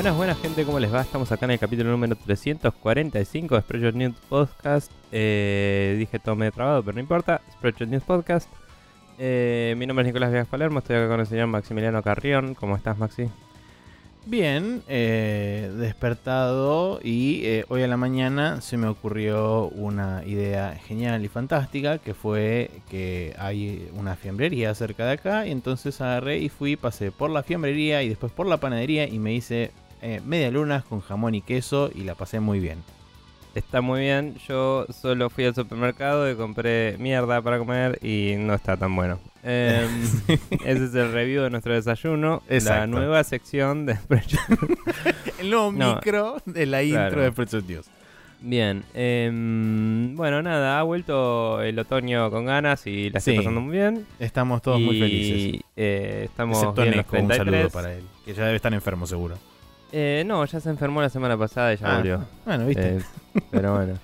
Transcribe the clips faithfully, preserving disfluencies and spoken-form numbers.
Buenas, buenas gente, ¿cómo les va? Estamos acá en el capítulo número trescientos cuarenta y cinco de Spreadshot News Podcast. Eh, dije todo medio trabado, pero no importa. Spreadshot News Podcast. Eh, mi nombre es Nicolás Villegas Palermo, estoy acá con el señor Maximiliano Carrión. ¿Cómo estás, Maxi? Bien, eh, despertado y eh, hoy a la mañana se me ocurrió una idea genial y fantástica, que fue que hay una fiambrería cerca de acá, y entonces agarré y fui, pasé por la fiambrería y después por la panadería y me hice eh, media lunas con jamón y queso y la pasé muy bien. Está muy bien, yo solo fui al supermercado y compré mierda para comer y no está tan bueno. Eh, ese es el review de nuestro desayuno. Exacto. La nueva sección de Spreadshot. El nuevo No, micro de la intro claro. de Spreadshot News. Bien, eh, bueno, nada, ha vuelto el otoño con ganas y la estoy Sí. pasando muy bien. Estamos todos y, muy felices. eh, estamos Excepto bien los Neko, un treinta y tres. saludo para él, que ya debe estar enfermo seguro. Eh, no, ya se enfermó la semana pasada y ya Ah, volvió. Bueno, viste. Eh, pero bueno.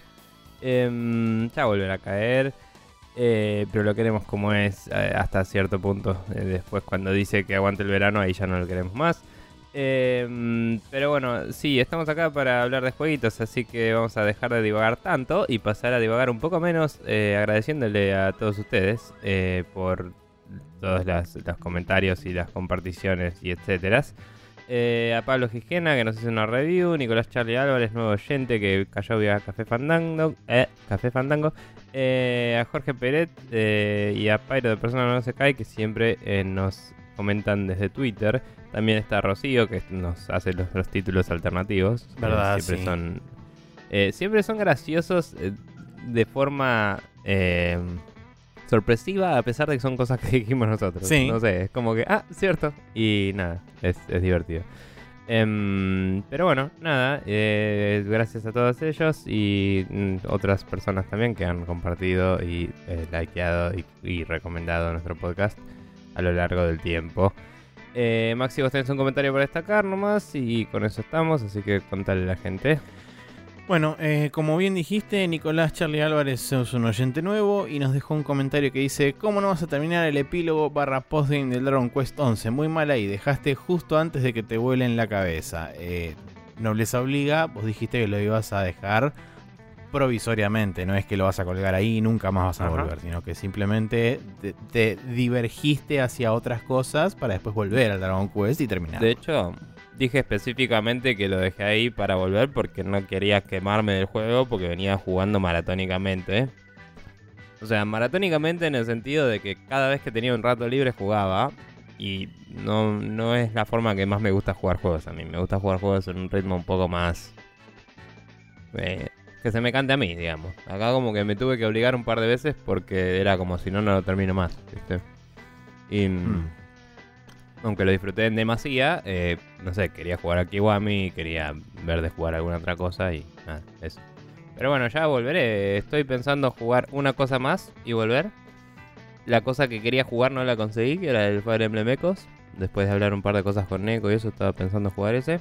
Em, ya volverá a caer. Eh, pero lo queremos como es eh, hasta cierto punto. Eh, después cuando dice que aguante el verano, ahí ya no lo queremos más. Em, pero bueno, sí, estamos acá para hablar de jueguitos, así que vamos a dejar de divagar tanto y pasar a divagar un poco menos, eh, agradeciéndole a todos ustedes eh, por todos las- los comentarios y las comparticiones y etcétera. Eh, a Pablo Gijena, que nos hizo una review. Nicolás Charlie Álvarez, nuevo oyente que cayó vía Café Fandango. Eh, Café Fandango. Eh, a Jorge Peret eh, y a Pyro de Persona No Se Cae, que siempre eh, nos comentan desde Twitter. También está Rocío, que nos hace los, los títulos alternativos. Verdad, Eh, siempre sí. son eh, siempre son graciosos eh, de forma eh, sorpresiva, a pesar de que son cosas que dijimos nosotros. Sí. No sé, es como que, ah, cierto. Y nada, es, es divertido. Em, pero bueno, nada, eh, gracias a todos ellos y mm, otras personas también que han compartido y eh, likeado y, y recomendado nuestro podcast a lo largo del tiempo. Eh, Maxi, vos tenés un comentario para destacar nomás y con eso estamos, así que contale a la gente. Bueno, eh, como bien dijiste, Nicolás Charlie Álvarez es un oyente nuevo y nos dejó un comentario que dice: ¿cómo no vas a terminar el epílogo barra postgame del Dragon Quest once? Muy mal ahí, dejaste justo antes de que te vuelen la cabeza. Eh, nobleza obliga, vos dijiste que lo ibas a dejar provisoriamente, no es que lo vas a colgar ahí y nunca más vas a Ajá. volver, sino que simplemente te, te divergiste hacia otras cosas para después volver al Dragon Quest y terminar. De hecho, dije específicamente que lo dejé ahí para volver porque no quería quemarme del juego porque venía jugando maratónicamente. O sea, maratónicamente en el sentido de que cada vez que tenía un rato libre jugaba. Y no, no es la forma que más me gusta jugar juegos a mí. Me gusta jugar juegos en un ritmo un poco más... eh, que se me cante a mí, digamos. Acá como que me tuve que obligar un par de veces porque era como si no, no lo termino más, ¿viste? Y... Mm. Aunque lo disfruté en demasía, eh, no sé, quería jugar a Kiwami, quería ver de jugar alguna otra cosa y nada, eso. Pero bueno, ya volveré. Estoy pensando jugar una cosa más y volver. La cosa que quería jugar no la conseguí, que era el Fire Emblem Echoes. Después de hablar un par de cosas con Neko y eso, estaba pensando jugar ese.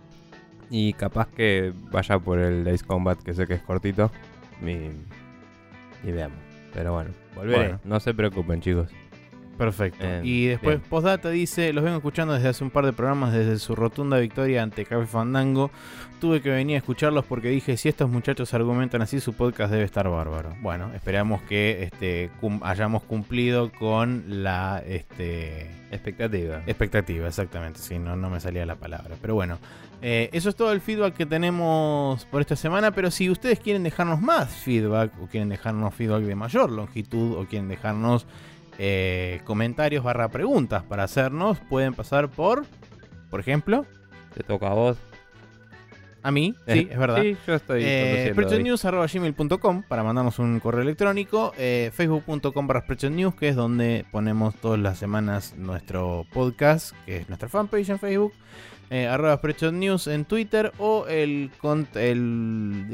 Y capaz que vaya por el Ace Combat, que sé que es cortito. Y, y veamos. Pero bueno, volveré. Bueno. No se preocupen, chicos. Perfecto. Eh, y después bien. Postdata dice: los vengo escuchando desde hace un par de programas, desde su rotunda victoria ante Café Fandango. Tuve que venir a escucharlos porque dije: si estos muchachos argumentan así, su podcast debe estar bárbaro. Bueno, esperamos que este, cum- hayamos cumplido con la este, Expectativa. expectativa, exactamente. Sí, no, no me salía la palabra. Pero bueno, eh, eso es todo el feedback que tenemos por esta semana. Pero si ustedes quieren dejarnos más feedback, o quieren dejarnos feedback de mayor longitud, o quieren dejarnos Eh, comentarios barra preguntas para hacernos, pueden pasar por, por ejemplo, Te toca a vos. a mí, sí, es verdad. Sí, yo estoy Eh, conduciendo Spreadshot hoy. News arroba gmail punto com para mandarnos un correo electrónico, eh, facebook punto com barra Spreadshot News, que es donde ponemos todas las semanas nuestro podcast, que es nuestra fanpage en Facebook, eh, arroba Spreadshot News en Twitter, o el, cont- el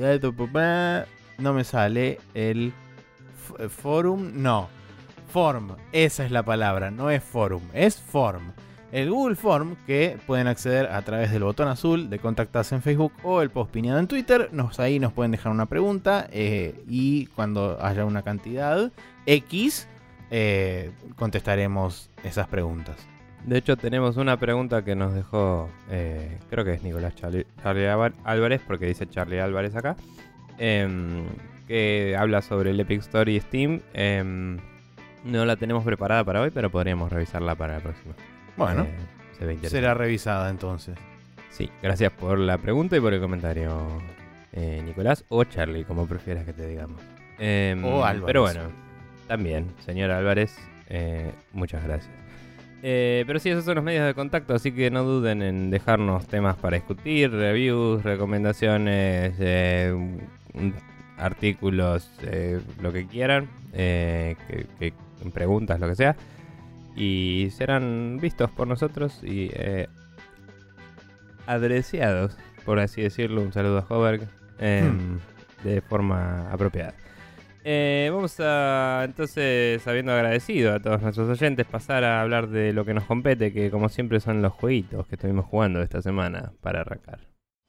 no me sale el f- forum, no Form, esa es la palabra, no es forum, es form. El Google Form, que pueden acceder a través del botón azul de contactarse en Facebook o el post pineado en Twitter. Nos, ahí nos pueden dejar una pregunta eh, y cuando haya una cantidad X, eh, contestaremos esas preguntas. De hecho, tenemos una pregunta que nos dejó, eh, creo que es Nicolás Charlie, Charlie Álvarez, porque dice Charlie Álvarez acá, eh, que habla sobre el Epic Story y Steam. Eh, no la tenemos preparada para hoy, pero podríamos revisarla para la próxima. Bueno, eh, se ve interesante. Será revisada entonces. Sí, gracias por la pregunta y por el comentario, eh, Nicolás, o Charlie, como prefieras que te digamos. Eh, o Álvarez. Pero bueno, también, señor Álvarez, eh, muchas gracias. Eh, pero sí, esos son los medios de contacto, así que no duden en dejarnos temas para discutir, reviews, recomendaciones, eh, artículos, eh, lo que quieran, eh, que, que, preguntas, lo que sea, y serán vistos por nosotros y eh, adreciados, por así decirlo. Un saludo a Hoberg, eh, hmm. de forma apropiada. Eh, vamos a, entonces, habiendo agradecido a todos nuestros oyentes, pasar a hablar de lo que nos compete, que como siempre son los jueguitos que estuvimos jugando esta semana para arrancar.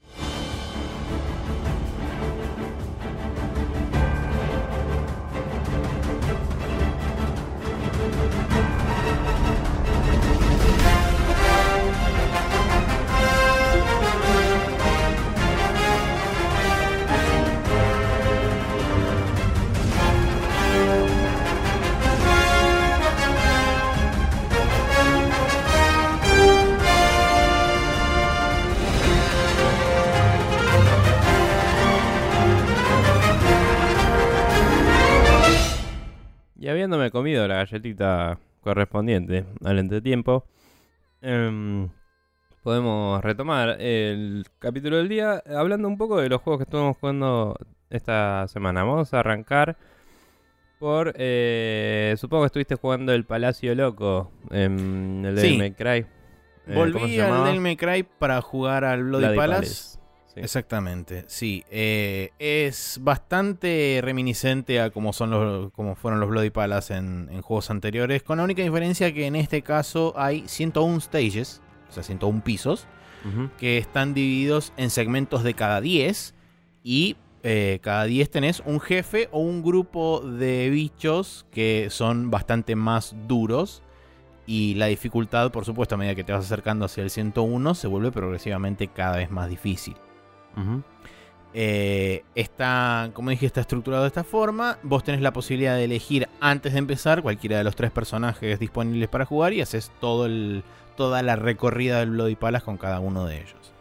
Y habiéndome comido la galletita correspondiente al entretiempo, eh, podemos retomar el capítulo del día hablando un poco de los juegos que estuvimos jugando esta semana. Vamos a arrancar por... Eh, supongo que estuviste jugando el Palacio Loco, eh, el de sí. Devil May Cry. Eh, Volví al Devil May Cry para jugar al Bloody, Bloody Palace. Palace. Sí. Exactamente, sí. Eh, es bastante reminiscente a como, son los, como fueron los Bloody Palace en, en juegos anteriores, con la única diferencia que en este caso hay ciento uno stages, o sea, ciento uno pisos, uh-huh. que están divididos en segmentos de cada diez, y eh, cada diez tenés un jefe o un grupo de bichos que son bastante más duros, y la dificultad, por supuesto, a medida que te vas acercando hacia el ciento uno, se vuelve progresivamente cada vez más difícil. Uh-huh. Eh, está, como dije, está estructurado de esta forma. Vos tenés la posibilidad de elegir antes de empezar cualquiera de los tres personajes disponibles para jugar y haces todo el, toda la recorrida del Bloody Palace con cada uno de ellos.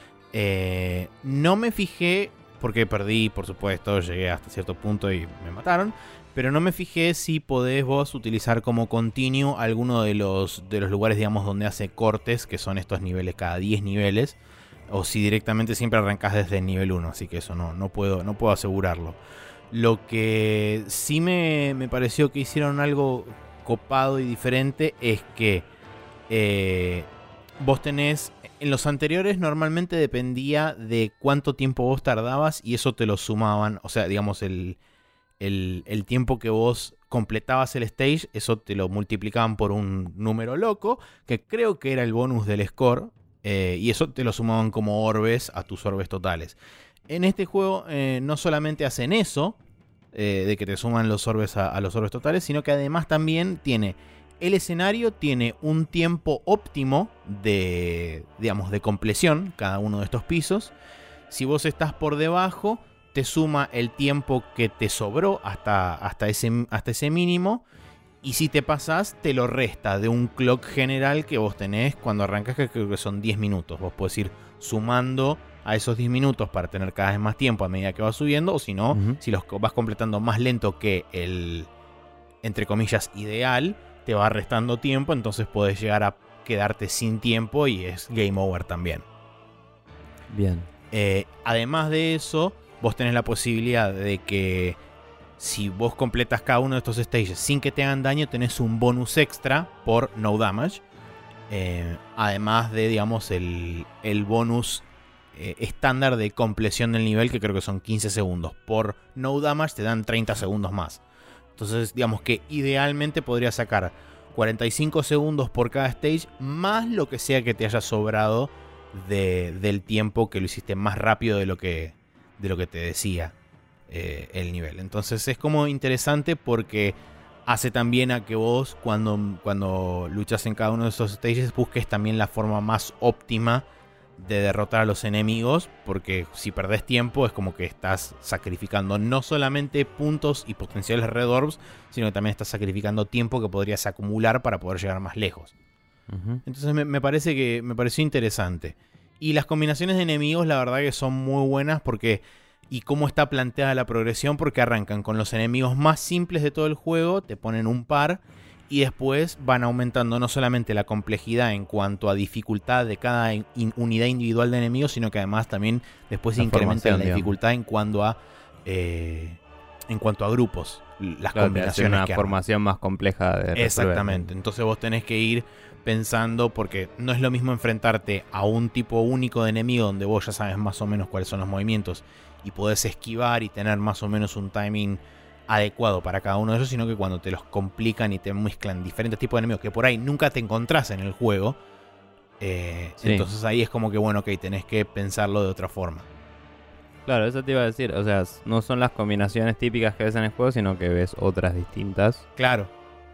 Eh, no me fijé, porque perdí, por supuesto, llegué hasta cierto punto y me mataron, pero no me fijé si podés vos utilizar como continuo alguno de los, de los lugares, digamos, donde hace cortes, que son estos niveles, cada diez niveles, o si directamente siempre arrancás desde el nivel uno, así que eso no, no, puedo, no puedo asegurarlo. Lo que sí me, me pareció que hicieron algo copado y diferente es que eh, vos tenés... En los anteriores normalmente dependía de cuánto tiempo vos tardabas y eso te lo sumaban, o sea, digamos, el, el, el tiempo que vos completabas el stage, eso te lo multiplicaban por un número loco, que creo que era el bonus del score. Eh, y eso te lo sumaban como orbes a tus orbes totales. En este juego eh, no solamente hacen eso, eh, de que te suman los orbes a, a los orbes totales, sino que además también tiene... El escenario tiene un tiempo óptimo de, digamos, de compleción, cada uno de estos pisos. Si vos estás por debajo, te suma el tiempo que te sobró hasta, hasta, ese, hasta ese mínimo. Y si te pasás, te lo resta de un clock general que vos tenés cuando arrancás, que creo que son diez minutos. Vos podés ir sumando a esos diez minutos para tener cada vez más tiempo a medida que vas subiendo. O si no, uh-huh. si los vas completando más lento que el, entre comillas, ideal, te va restando tiempo. Entonces podés llegar a quedarte sin tiempo y es game over también. Bien. Eh, además de eso, vos tenés la posibilidad de que... Si vos completas cada uno de estos stages sin que te hagan daño, tenés un bonus extra por no damage. Eh, además de, digamos, el, el bonus eh, estándar de compleción del nivel, que creo que son quince segundos. Por no damage te dan treinta segundos más. Entonces, digamos que idealmente podrías sacar cuarenta y cinco segundos por cada stage, más lo que sea que te haya sobrado de, del tiempo que lo hiciste más rápido de lo que, de lo que te decía. Eh, el nivel. Entonces es como interesante porque hace también a que vos cuando, cuando luchas en cada uno de esos stages busques también la forma más óptima de derrotar a los enemigos, porque si perdés tiempo es como que estás sacrificando no solamente puntos y potenciales Red Orbs, sino que también estás sacrificando tiempo que podrías acumular para poder llegar más lejos. Uh-huh. Entonces me, me parece que me pareció interesante. Y las combinaciones de enemigos la verdad que son muy buenas porque... Y cómo está planteada la progresión, porque arrancan con los enemigos más simples de todo el juego, te ponen un par y después van aumentando no solamente la complejidad en cuanto a dificultad de cada in- unidad individual de enemigos, sino que además también después la incrementan la digamos. dificultad en cuanto a eh, en cuanto a grupos, las claro, combinaciones una que formación más compleja de exactamente, resolver. Entonces vos tenés que ir pensando, porque no es lo mismo enfrentarte a un tipo único de enemigo donde vos ya sabes más o menos cuáles son los movimientos y podés esquivar y tener más o menos un timing adecuado para cada uno de ellos, sino que cuando te los complican y te mezclan diferentes tipos de enemigos que por ahí nunca te encontrás en el juego, eh, sí. entonces ahí es como que bueno, ok, tenés que pensarlo de otra forma. Claro, eso te iba a decir, o sea, no son las combinaciones típicas que ves en el juego, sino que ves otras distintas. Claro.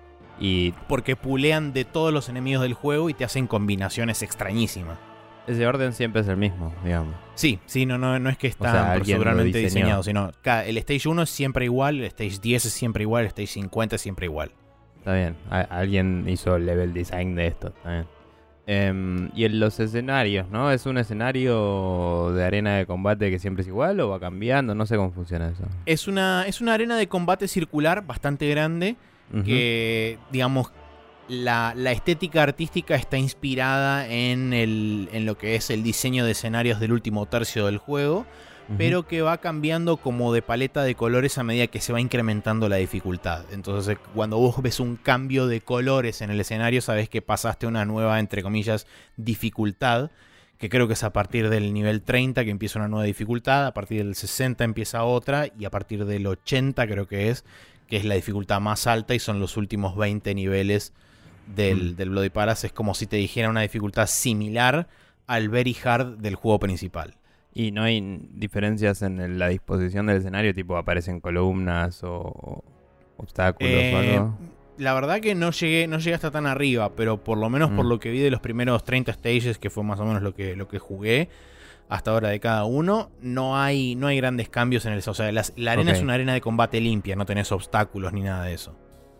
Y porque pulean de todos los enemigos del juego y te hacen combinaciones extrañísimas. Ese orden siempre es el mismo, digamos. Sí, sí, no, no, no es que está o sea, proceduralmente diseñado, sino cada, el Stage uno es siempre igual, el Stage diez es siempre igual, el Stage cincuenta es siempre igual. Está bien, a- alguien hizo el level design de esto, está bien. Eh, y en los escenarios, ¿no? ¿Es un escenario de arena de combate que siempre es igual o va cambiando? No sé cómo funciona eso. Es una, es una arena de combate circular bastante grande, uh-huh. que, digamos... La, la estética artística está inspirada en, el, en lo que es el diseño de escenarios del último tercio del juego, uh-huh. pero que va cambiando como de paleta de colores a medida que se va incrementando la dificultad. Entonces, cuando vos ves un cambio de colores en el escenario, sabes que pasaste a una nueva, entre comillas, dificultad, que creo que es a partir del nivel treinta que empieza una nueva dificultad, a partir del sesenta empieza otra, y a partir del ochenta creo que es, que es la dificultad más alta y son los últimos veinte niveles Del, mm. del Bloody Palace. Es como si te dijera una dificultad similar al Very Hard del juego principal. ¿Y no hay diferencias en el, la disposición del escenario? Tipo, ¿aparecen columnas o, o obstáculos eh, o algo? La verdad que no llegué, no llegué hasta tan arriba, pero por lo menos mm. por lo que vi de los primeros treinta stages, que fue más o menos lo que, lo que jugué hasta ahora de cada uno, no hay, no hay grandes cambios en el... O sea, las, la arena okay. es una arena de combate limpia, no tenés obstáculos ni nada de eso.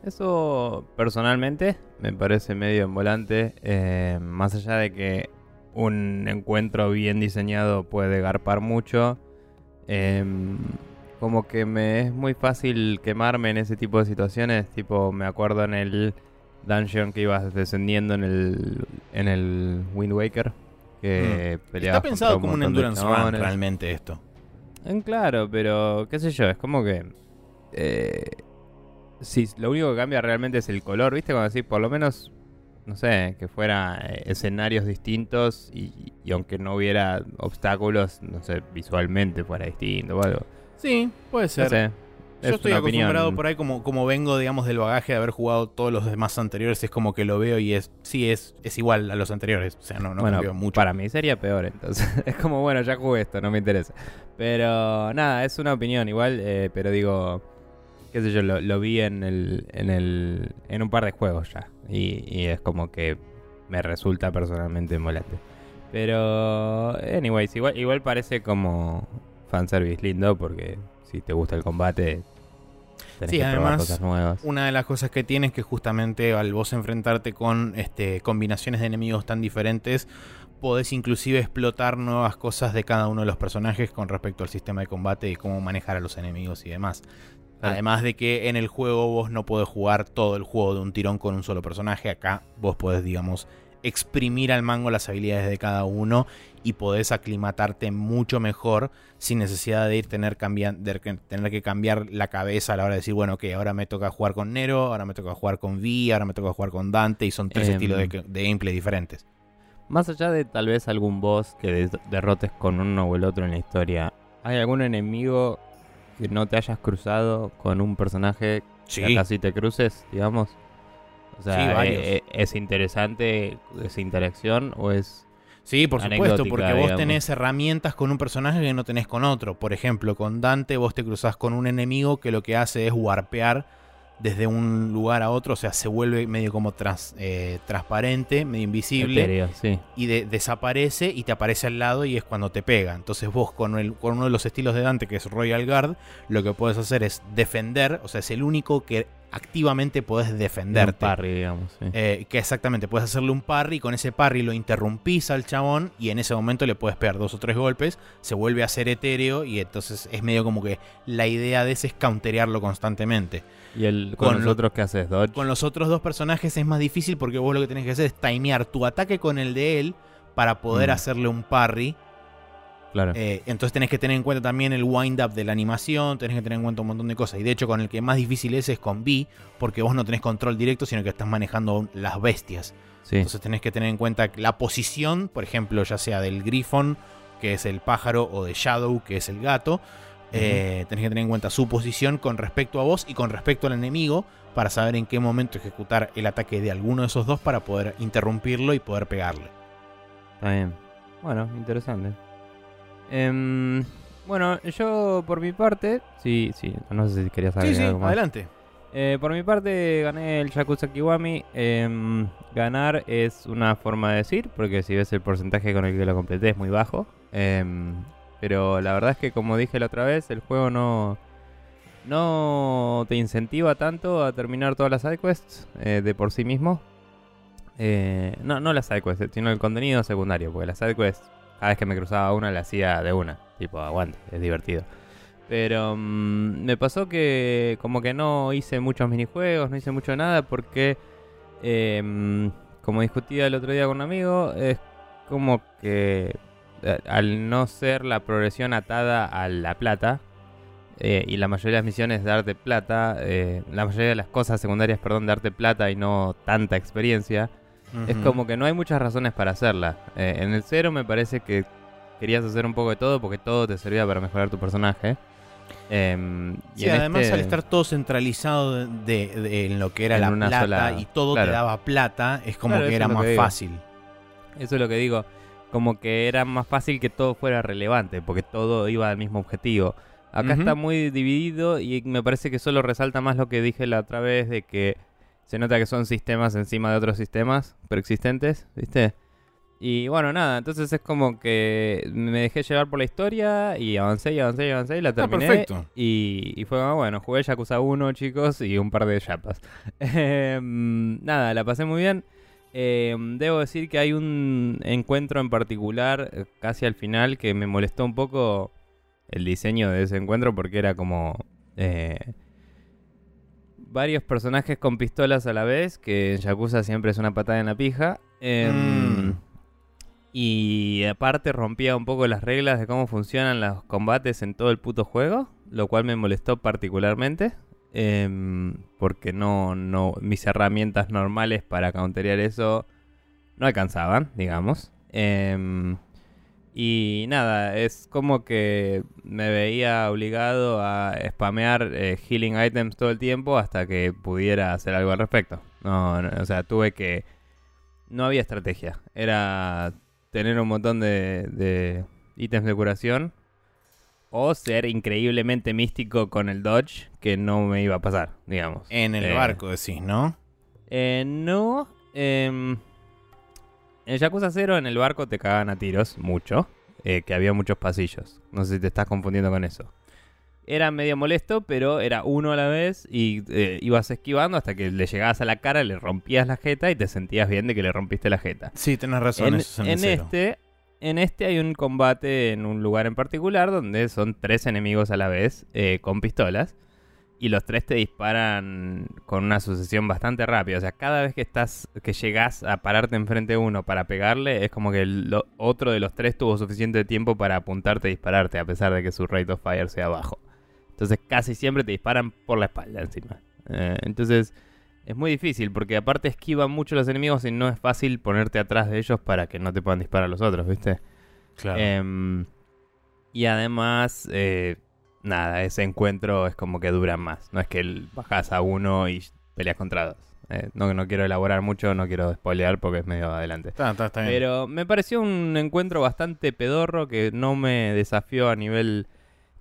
Eso personalmente me parece medio envolante, eh, más allá de que un encuentro bien diseñado puede garpar mucho, eh, como que me es muy fácil quemarme en ese tipo de situaciones, tipo me acuerdo en el dungeon que ibas descendiendo en el, en el Wind Waker, que mm. peleabas Está pensado un como un endurance run realmente esto. Eh, claro, pero qué sé yo, es como que... Eh, Sí, lo único que cambia realmente es el color, ¿viste? Cuando decís, por lo menos, no sé, que fuera eh, escenarios distintos y, y aunque no hubiera obstáculos, no sé, visualmente fuera distinto o algo. Sí, puede ser. No sé, Yo estoy acostumbrado opinión. Por ahí, como, como vengo, digamos, del bagaje de haber jugado todos los demás anteriores, es como que lo veo y es sí, es, es igual a los anteriores. O sea, no, no bueno, cambió mucho. Para mí sería peor, entonces. Es como, bueno, ya jugué esto, no me interesa. Pero nada, es una opinión igual, eh, pero digo... qué sé yo, lo, lo vi en el, en el en un par de juegos ya. Y, y es como que me resulta personalmente molante. Pero, anyways, igual, igual parece como fanservice lindo porque si te gusta el combate, tenés sí, que además, probar cosas nuevas. Una de las cosas que tiene es que justamente al vos enfrentarte con este, combinaciones de enemigos tan diferentes, podés inclusive explotar nuevas cosas de cada uno de los personajes con respecto al sistema de combate y cómo manejar a los enemigos y demás. Además de que en el juego vos no podés jugar todo el juego de un tirón con un solo personaje. Acá vos podés, digamos, exprimir al mango las habilidades de cada uno y podés aclimatarte mucho mejor sin necesidad de ir tener, cambiar, de tener que cambiar la cabeza a la hora de decir, bueno, ok, ahora me toca jugar con Nero, ahora me toca jugar con Vi, ahora me toca jugar con Dante, y son tres eh, estilos de, de gameplay diferentes. Más allá de tal vez algún boss que de- derrotes con uno o el otro en la historia, ¿hay algún enemigo que no te hayas cruzado con un personaje sí. que casi te cruces, digamos? O sea, sí, varios. ¿es, ¿es interesante esa interacción o es Sí, por supuesto, porque vos digamos. tenés herramientas con un personaje que no tenés con otro. Por ejemplo, con Dante vos te cruzás con un enemigo que lo que hace es warpear desde un lugar a otro, o sea, se vuelve medio como trans, eh, transparente, medio invisible. Etéreo, sí. Y de, desaparece y te aparece al lado y es cuando te pega. Entonces vos con, el, con uno de los estilos de Dante, que es Royal Guard, lo que puedes hacer es defender, o sea, es el único que activamente podés defenderte. Un parry, digamos, sí. Eh, que exactamente, puedes hacerle un parry, con ese parry lo interrumpís al chabón y en ese momento le puedes pegar dos o tres golpes, se vuelve a ser etéreo y entonces es medio como que la idea de ese es counterearlo constantemente. ¿Y el, con, con los lo, otros qué haces, Dodge? Con los otros dos personajes es más difícil porque vos lo que tenés que hacer es timear tu ataque con el de él para poder mm. hacerle un parry. Claro. Eh, entonces tenés que tener en cuenta también el wind-up de la animación, tenés que tener en cuenta un montón de cosas. Y de hecho con el que más difícil es es con B, porque vos no tenés control directo, sino que estás manejando las bestias. Sí. Entonces tenés que tener en cuenta la posición, por ejemplo, ya sea del Griffon, que es el pájaro, o de Shadow, que es el gato. Uh-huh. Eh, tenés que tener en cuenta su posición con respecto a vos y con respecto al enemigo para saber en qué momento ejecutar el ataque de alguno de esos dos para poder interrumpirlo y poder pegarle. Está bien. Bueno, interesante. Um, bueno, yo por mi parte, sí, sí, no sé si querías saber sí, sí, algo más. Adelante. Eh, por mi parte gané el Yakuza Kiwami. Eh, ganar es una forma de decir, porque si ves el porcentaje con el que lo completé es muy bajo. Eh, pero la verdad es que, como dije la otra vez, el juego no, no te incentiva tanto a terminar todas las sidequests eh, de por sí mismo. Eh, no, no las sidequests, sino el contenido secundario, porque las sidequests, cada vez que me cruzaba una, la hacía de una. Tipo, aguante, es divertido. Pero um, me pasó que como que no hice muchos minijuegos, no hice mucho nada porque, eh, como discutía el otro día con un amigo, es como que eh, al no ser la progresión atada a la plata, eh, y la mayoría de las misiones darte plata, eh, la mayoría de las cosas secundarias, perdón, darte plata y no tanta experiencia, uh-huh. Es como que no hay muchas razones para hacerla. Eh, en el cero me parece que querías hacer un poco de todo porque todo te servía para mejorar tu personaje. Eh, sí, y además este, al estar todo centralizado de, de, de, en lo que era la plata sola, y todo claro. te daba plata, es como claro, que era más que fácil. Eso es lo que digo, como que era más fácil que todo fuera relevante, porque todo iba al mismo objetivo. Acá uh-huh. está muy dividido y me parece que solo resalta más lo que dije la otra vez, de que se nota que son sistemas encima de otros sistemas preexistentes, ¿viste? Y bueno, nada, entonces es como que me dejé llevar por la historia y avancé y avancé y avancé y la terminé. Ah, perfecto. Y, y fue como, bueno, jugué Yakuza uno, chicos, y un par de chapas. eh, nada, la pasé muy bien. Eh, debo decir que hay un encuentro en particular, casi al final, que me molestó un poco el diseño de ese encuentro porque era como... Eh, varios personajes con pistolas a la vez, que en Yakuza siempre es una patada en la pija. Eh, mm. Y aparte rompía un poco las reglas de cómo funcionan los combates en todo el puto juego, lo cual me molestó particularmente, eh, porque no, no, mis herramientas normales para counterear eso no alcanzaban, digamos. Eh, y nada, es como que me veía obligado a spamear eh, healing items todo el tiempo hasta que pudiera hacer algo al respecto. No, no, o sea, tuve que... No había estrategia, era... tener un montón de, de ítems de curación o ser increíblemente místico con el dodge, que no me iba a pasar, digamos. En el eh, barco decís, ¿no? Eh, no. Eh, en Yakuza cero en el barco te cagaban a tiros, mucho, eh, que había muchos pasillos. No sé si te estás confundiendo con eso. Era medio molesto, pero era uno a la vez y eh, ibas esquivando hasta que le llegabas a la cara, le rompías la jeta y te sentías bien de que le rompiste la jeta. Sí, tenés razón. En, eso es en, en este, en este hay un combate en un lugar en particular donde son tres enemigos a la vez eh, con pistolas y los tres te disparan con una sucesión bastante rápida. O sea, cada vez que estás que llegás a pararte enfrente de uno para pegarle, es como que el lo, otro de los tres tuvo suficiente tiempo para apuntarte y dispararte, a pesar de que su rate of fire sea bajo. Entonces casi siempre te disparan por la espalda encima. Eh, entonces es muy difícil porque aparte esquivan mucho los enemigos y no es fácil ponerte atrás de ellos para que no te puedan disparar los otros, ¿viste? Claro. Eh, y además, eh, nada, ese encuentro es como que dura más. No es que bajás a uno y peleas contra dos. Eh, no, no quiero elaborar mucho, no quiero spoilear porque es medio adelante. Está, está, está bien. Pero me pareció un encuentro bastante pedorro que no me desafió a nivel...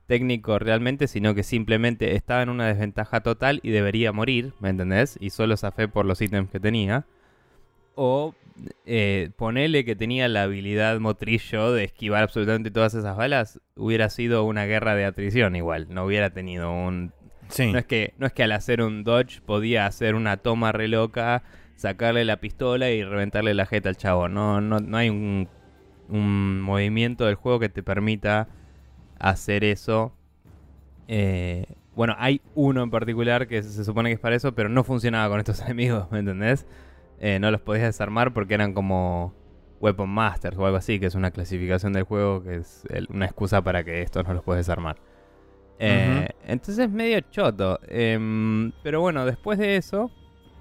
técnico realmente, sino que simplemente estaba en una desventaja total y debería morir, ¿me entendés? Y solo zafé por los ítems que tenía. O eh, ponele que tenía la habilidad motriz yo de esquivar absolutamente todas esas balas, hubiera sido una guerra de atrición igual, no hubiera tenido un... Sí. No es que, no es que al hacer un dodge podía hacer una toma re loca, sacarle la pistola y reventarle la jeta al chavo. No, no, no hay un, un movimiento del juego que te permita hacer eso. Eh, bueno, hay uno en particular que se supone que es para eso, pero no funcionaba con estos enemigos, ¿me entendés? Eh, no los podías desarmar porque eran como Weapon Masters o algo así, que es una clasificación del juego que es el, una excusa para que estos no los puedes desarmar. Eh, uh-huh. Entonces medio choto. Eh, pero bueno, después de eso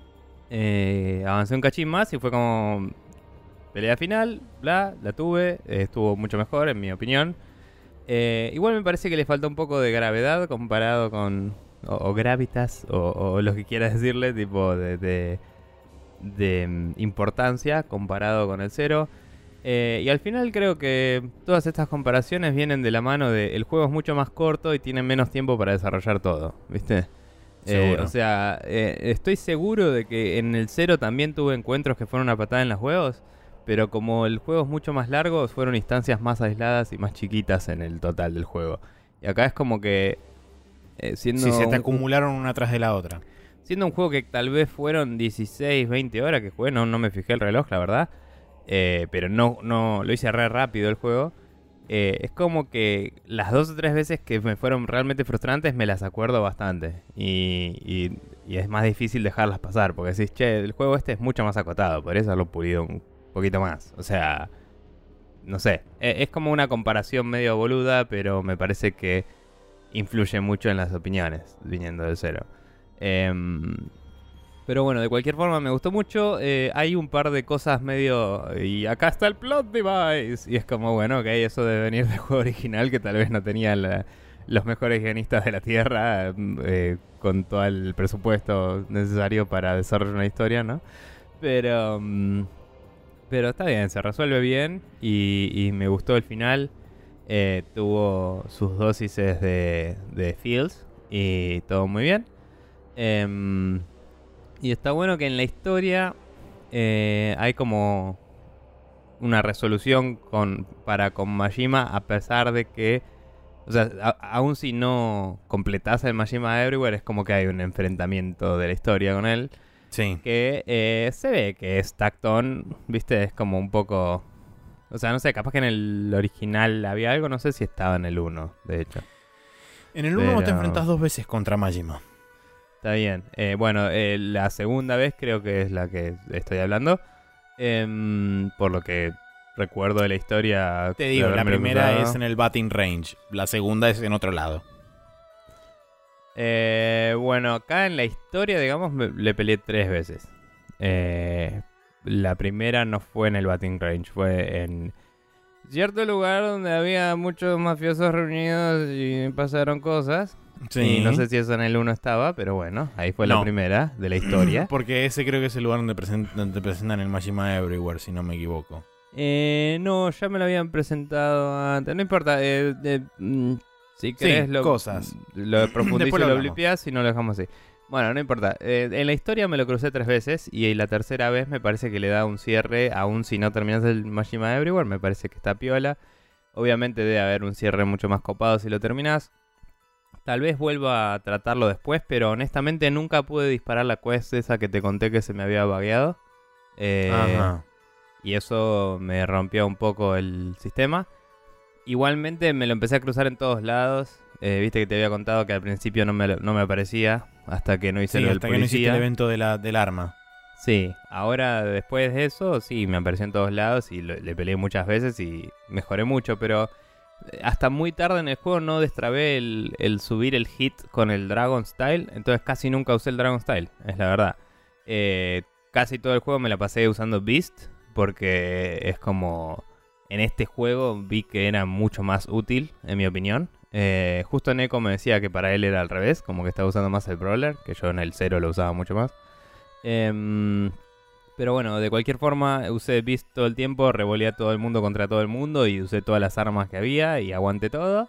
eh, avancé un cachín más y fue como pelea final, bla, la tuve, eh, estuvo mucho mejor en mi opinión. Eh, igual me parece que le falta un poco de gravedad comparado con... O, o gravitas, o, o lo que quieras decirle, tipo de, de, de um, importancia comparado con el cero. Eh, y al final creo que todas estas comparaciones vienen de la mano de el juego es mucho más corto y tiene menos tiempo para desarrollar todo, ¿viste? Eh, o sea, eh, estoy seguro de que en el cero también tuve encuentros que fueron una patada en los huevos, pero como el juego es mucho más largo, fueron instancias más aisladas y más chiquitas en el total del juego. Y acá es como que... Eh, siendo sí, se te un, acumularon una tras de la otra. Siendo un juego que tal vez fueron dieciséis, veinte horas que jugué, no, no me fijé el reloj, la verdad. Eh, pero no, no lo hice re rápido el juego. Eh, es como que las dos o tres veces que me fueron realmente frustrantes me las acuerdo bastante. Y, y, y es más difícil dejarlas pasar. Porque decís, che, el juego este es mucho más acotado. Podrías haberlo pulido un poquito más. O sea, no sé. Eh, es como una comparación medio boluda, pero me parece que influye mucho en las opiniones viniendo del cero. Eh, Pero bueno, de cualquier forma me gustó mucho. Eh, hay un par de cosas medio... Y acá está el plot device. Y es como, bueno, ok, eso debe venir del juego original, que tal vez no tenía la, los mejores guionistas de la Tierra, eh, con todo el presupuesto necesario para desarrollar una historia, ¿no? Pero... Um, pero está bien, se resuelve bien. Y, y me gustó el final. Eh, tuvo sus dosis de, de feels. Y todo muy bien. Eh... Y está bueno que en la historia eh, hay como una resolución con, para con Majima, a pesar de que, o sea, a, aún si no completás el Majima Everywhere, es como que hay un enfrentamiento de la historia con él. Sí. Que eh, se ve que es tactón, ¿viste? Es como un poco... O sea, no sé, capaz que en el original había algo, no sé si estaba en el uno, de hecho. En el uno Pero... te enfrentas dos veces contra Majima. Está bien. Eh, bueno, eh, la segunda vez creo que es la que estoy hablando. Eh, por lo que recuerdo de la historia. Te digo, la primera cruzado. Es en el batting range. La segunda es en otro lado. Eh, bueno, acá en la historia, digamos, me, le peleé tres veces. Eh, la primera no fue en el batting range. Fue en cierto lugar donde había muchos mafiosos reunidos y pasaron cosas. Sí. Y no sé si eso en el uno estaba, pero bueno, ahí fue no. la primera de la historia. Porque ese creo que es el lugar donde, present- donde presentan el Majima Everywhere, si no me equivoco. Eh, no, ya me lo habían presentado antes. No importa, eh, eh, mm, si querés sí, lo, cosas. lo profundizo y lo blipeás y no lo dejamos así. Bueno, no importa. Eh, en la historia me lo crucé tres veces y la tercera vez me parece que le da un cierre, aún si no terminas el Majima Everywhere, me parece que está piola. Obviamente debe haber un cierre mucho más copado si lo terminás. Tal vez vuelva a tratarlo después, pero honestamente nunca pude disparar la quest esa que te conté que se me había bugueado. Eh, Ajá. Y eso me rompió un poco el sistema. Igualmente me lo empecé a cruzar en todos lados. Eh, Viste que te había contado que al principio no me, no me aparecía hasta que no hice sí, lo del hasta policía. que no hiciste el evento de la, del arma. Sí, ahora después de eso, sí, me apareció en todos lados y lo, le peleé muchas veces y mejoré mucho, pero... Hasta muy tarde en el juego no destrabé el, el subir el hit con el Dragon Style. Entonces casi nunca usé el Dragon Style, es la verdad. eh, Casi todo el juego me la pasé usando Beast, porque es como... En este juego vi que era mucho más útil, en mi opinión. eh, Justo Neko me decía que para él era al revés, como que estaba usando más el Brawler, que yo en el cero lo usaba mucho más. eh, Pero bueno, de cualquier forma, usé Beast todo el tiempo, revoleé a todo el mundo contra todo el mundo y usé todas las armas que había y aguanté todo.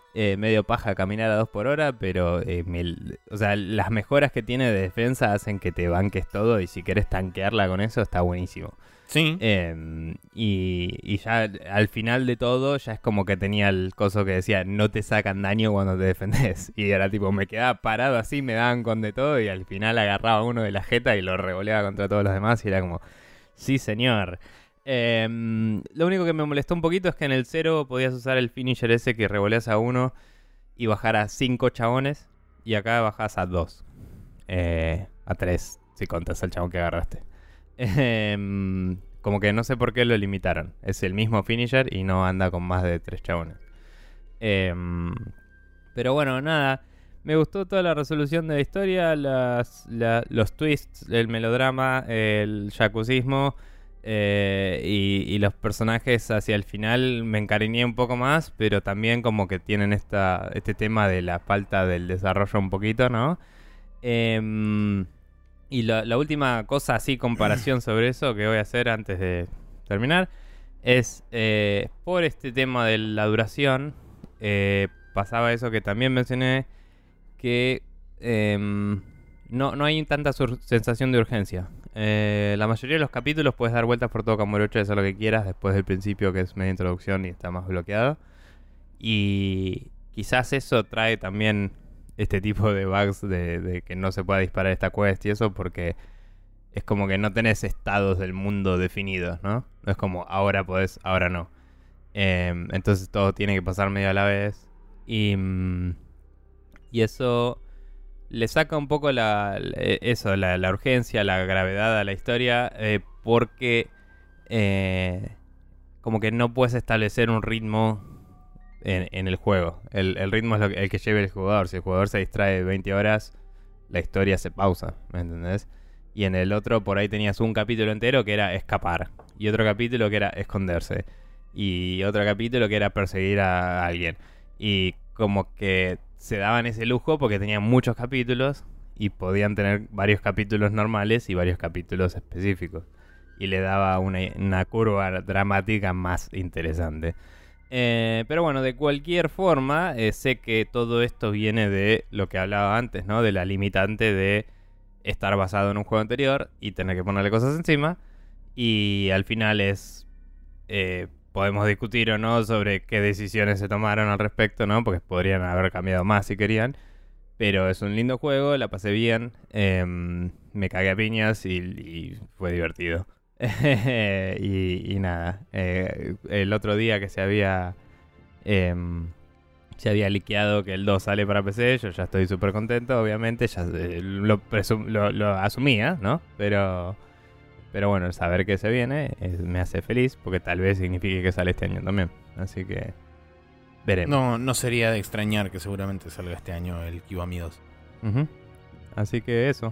Eh, medio paja caminar a dos por hora, pero eh, me, o sea, las mejoras que tiene de defensa hacen que te banques todo y si querés tanquearla con eso está buenísimo. Sí. Eh, y, y ya al final de todo ya es como que tenía el coso que decía no te sacan daño cuando te defendés. Y era tipo, me quedaba parado así, me daban con de todo y al final agarraba uno de la jeta y lo revoleaba contra todos los demás y era como, sí señor. Eh, lo único que me molestó un poquito es que en el cero podías usar el finisher ese que revoleas a uno y bajar a cinco chabones. Y acá bajás a dos. Eh, a tres, si contas al chabón que agarraste. Eh, como que no sé por qué lo limitaron. Es el mismo finisher y no anda con más de tres chabones. Eh, pero bueno, nada. Me gustó toda la resolución de la historia, las, la, los twists, el melodrama, el jacuzismo. Eh, y, y los personajes hacia el final me encariñé un poco más, pero también como que tienen esta, este tema de la falta del desarrollo un poquito, ¿no? Eh, y la, la última cosa así, comparación sobre eso que voy a hacer antes de terminar, es eh, por este tema de la duración, eh, pasaba eso que también mencioné, que eh, no, no hay tanta sur- sensación de urgencia. Eh, la mayoría de los capítulos puedes dar vueltas por todo Kamurocho y hacer lo que quieras después del principio, que es media introducción y está más bloqueado. Y quizás eso trae también este tipo de bugs de, de que no se pueda disparar esta quest y eso, porque es como que no tenés estados del mundo definidos, ¿no? No es como ahora podés, ahora no. Eh, entonces todo tiene que pasar medio a la vez. Y, y eso le saca un poco la, la eso, la, la urgencia, la gravedad a la historia, eh, porque eh, como que no puedes establecer un ritmo en, en el juego. El, el ritmo es lo que, el que lleve el jugador. Si el jugador se distrae veinte horas, la historia se pausa, ¿me entendés? Y en el otro por ahí tenías un capítulo entero que era escapar, y otro capítulo que era esconderse, y otro capítulo que era perseguir a alguien. Y como que se daban ese lujo porque tenían muchos capítulos y podían tener varios capítulos normales y varios capítulos específicos. Y le daba una, una curva dramática más interesante. Eh, pero bueno, de cualquier forma, eh, sé que todo esto viene de lo que hablaba antes, ¿no? De la limitante de estar basado en un juego anterior y tener que ponerle cosas encima. Y al final es... Eh, podemos discutir o no sobre qué decisiones se tomaron al respecto, ¿no? Porque podrían haber cambiado más si querían. Pero es un lindo juego, la pasé bien. Eh, me cagué a piñas y, y fue divertido. y, y nada. Eh, el otro día que se había... Eh, se había liqueado que el dos sale para P C. Yo ya estoy súper contento, obviamente. Ya eh, lo, presum- lo, lo asumía, ¿no? Pero... Pero bueno, el saber que se viene es, me hace feliz porque tal vez signifique que sale este año también. Así que veremos. No, no sería de extrañar que seguramente salga este año el Kiwami dos. Uh-huh. Así que eso.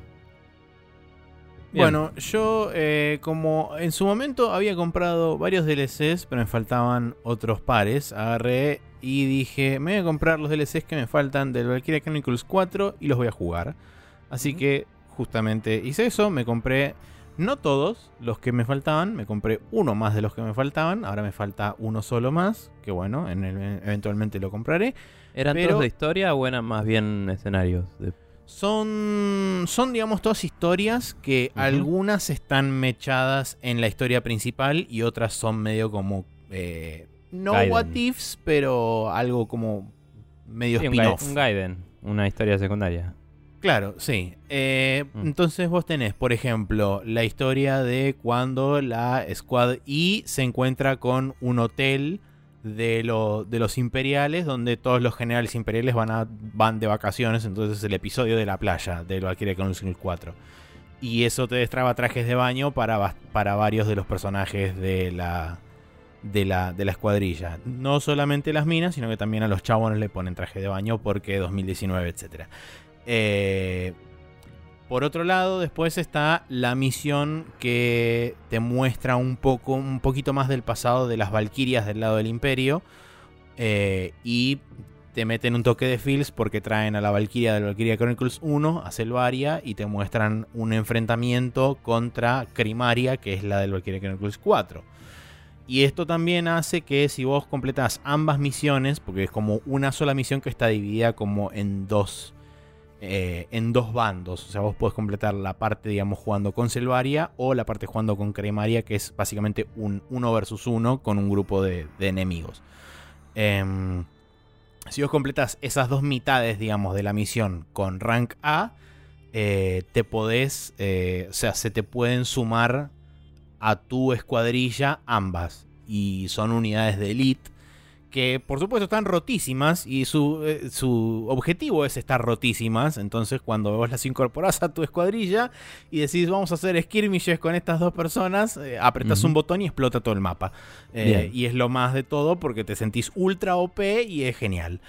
Bien. Bueno, yo eh, como en su momento había comprado varios D L Cs, pero me faltaban otros pares, agarré y dije, me voy a comprar los D L Cs que me faltan del Valkyria Chronicles cuatro y los voy a jugar. Así uh-huh. que justamente hice eso, me compré... No todos los que me faltaban, me compré uno más de los que me faltaban. Ahora me falta uno solo más, que bueno, en el, eventualmente lo compraré. ¿Eran pero todos de historia o eran más bien escenarios? De... Son, son, digamos, todas historias que uh-huh. algunas están mechadas en la historia principal y otras son medio como... Eh, no Gaiden. What ifs, pero algo como medio sí, spin-off. Un, ga- un Gaiden, una historia secundaria. Claro, sí. Eh, mm. Entonces vos tenés, por ejemplo, la historia de cuando la Squad E se encuentra con un hotel de, lo, de los imperiales, donde todos los generales imperiales van, a, van de vacaciones. Entonces es el episodio de la playa de Valkyria Chronicles cuatro. Y eso te destraba trajes de baño para, para varios de los personajes de la, de, la, de la escuadrilla. No solamente las minas, sino que también a los chabones le ponen traje de baño porque dos mil diecinueve, etcétera. Eh, por otro lado, después está la misión que te muestra un poco, un poquito más del pasado de las Valkyrias del lado del Imperio. Eh, y te meten un toque de feels porque traen a la Valkyria del Valkyria Chronicles uno a Selvaria y te muestran un enfrentamiento contra Crimaria, que es la del Valkyria Chronicles cuatro. Y esto también hace que si vos completás ambas misiones, porque es como una sola misión que está dividida como en dos, eh, en dos bandos. O sea, vos podés completar la parte, digamos, jugando con Selvaria o la parte jugando con Cremaria, que es básicamente un uno versus uno con un grupo de, de enemigos. Eh, si vos completás esas dos mitades, digamos, de la misión con rank A, eh, te podés, eh, o sea, se te pueden sumar a tu escuadrilla ambas. Y son unidades de elite que por supuesto están rotísimas y su, eh, su objetivo es estar rotísimas. Entonces cuando vos las incorporás a tu escuadrilla y decís vamos a hacer skirmishes con estas dos personas, eh, apretás uh-huh. un botón y explota todo el mapa. Eh, y es lo más de todo porque te sentís ultra O P y es genial.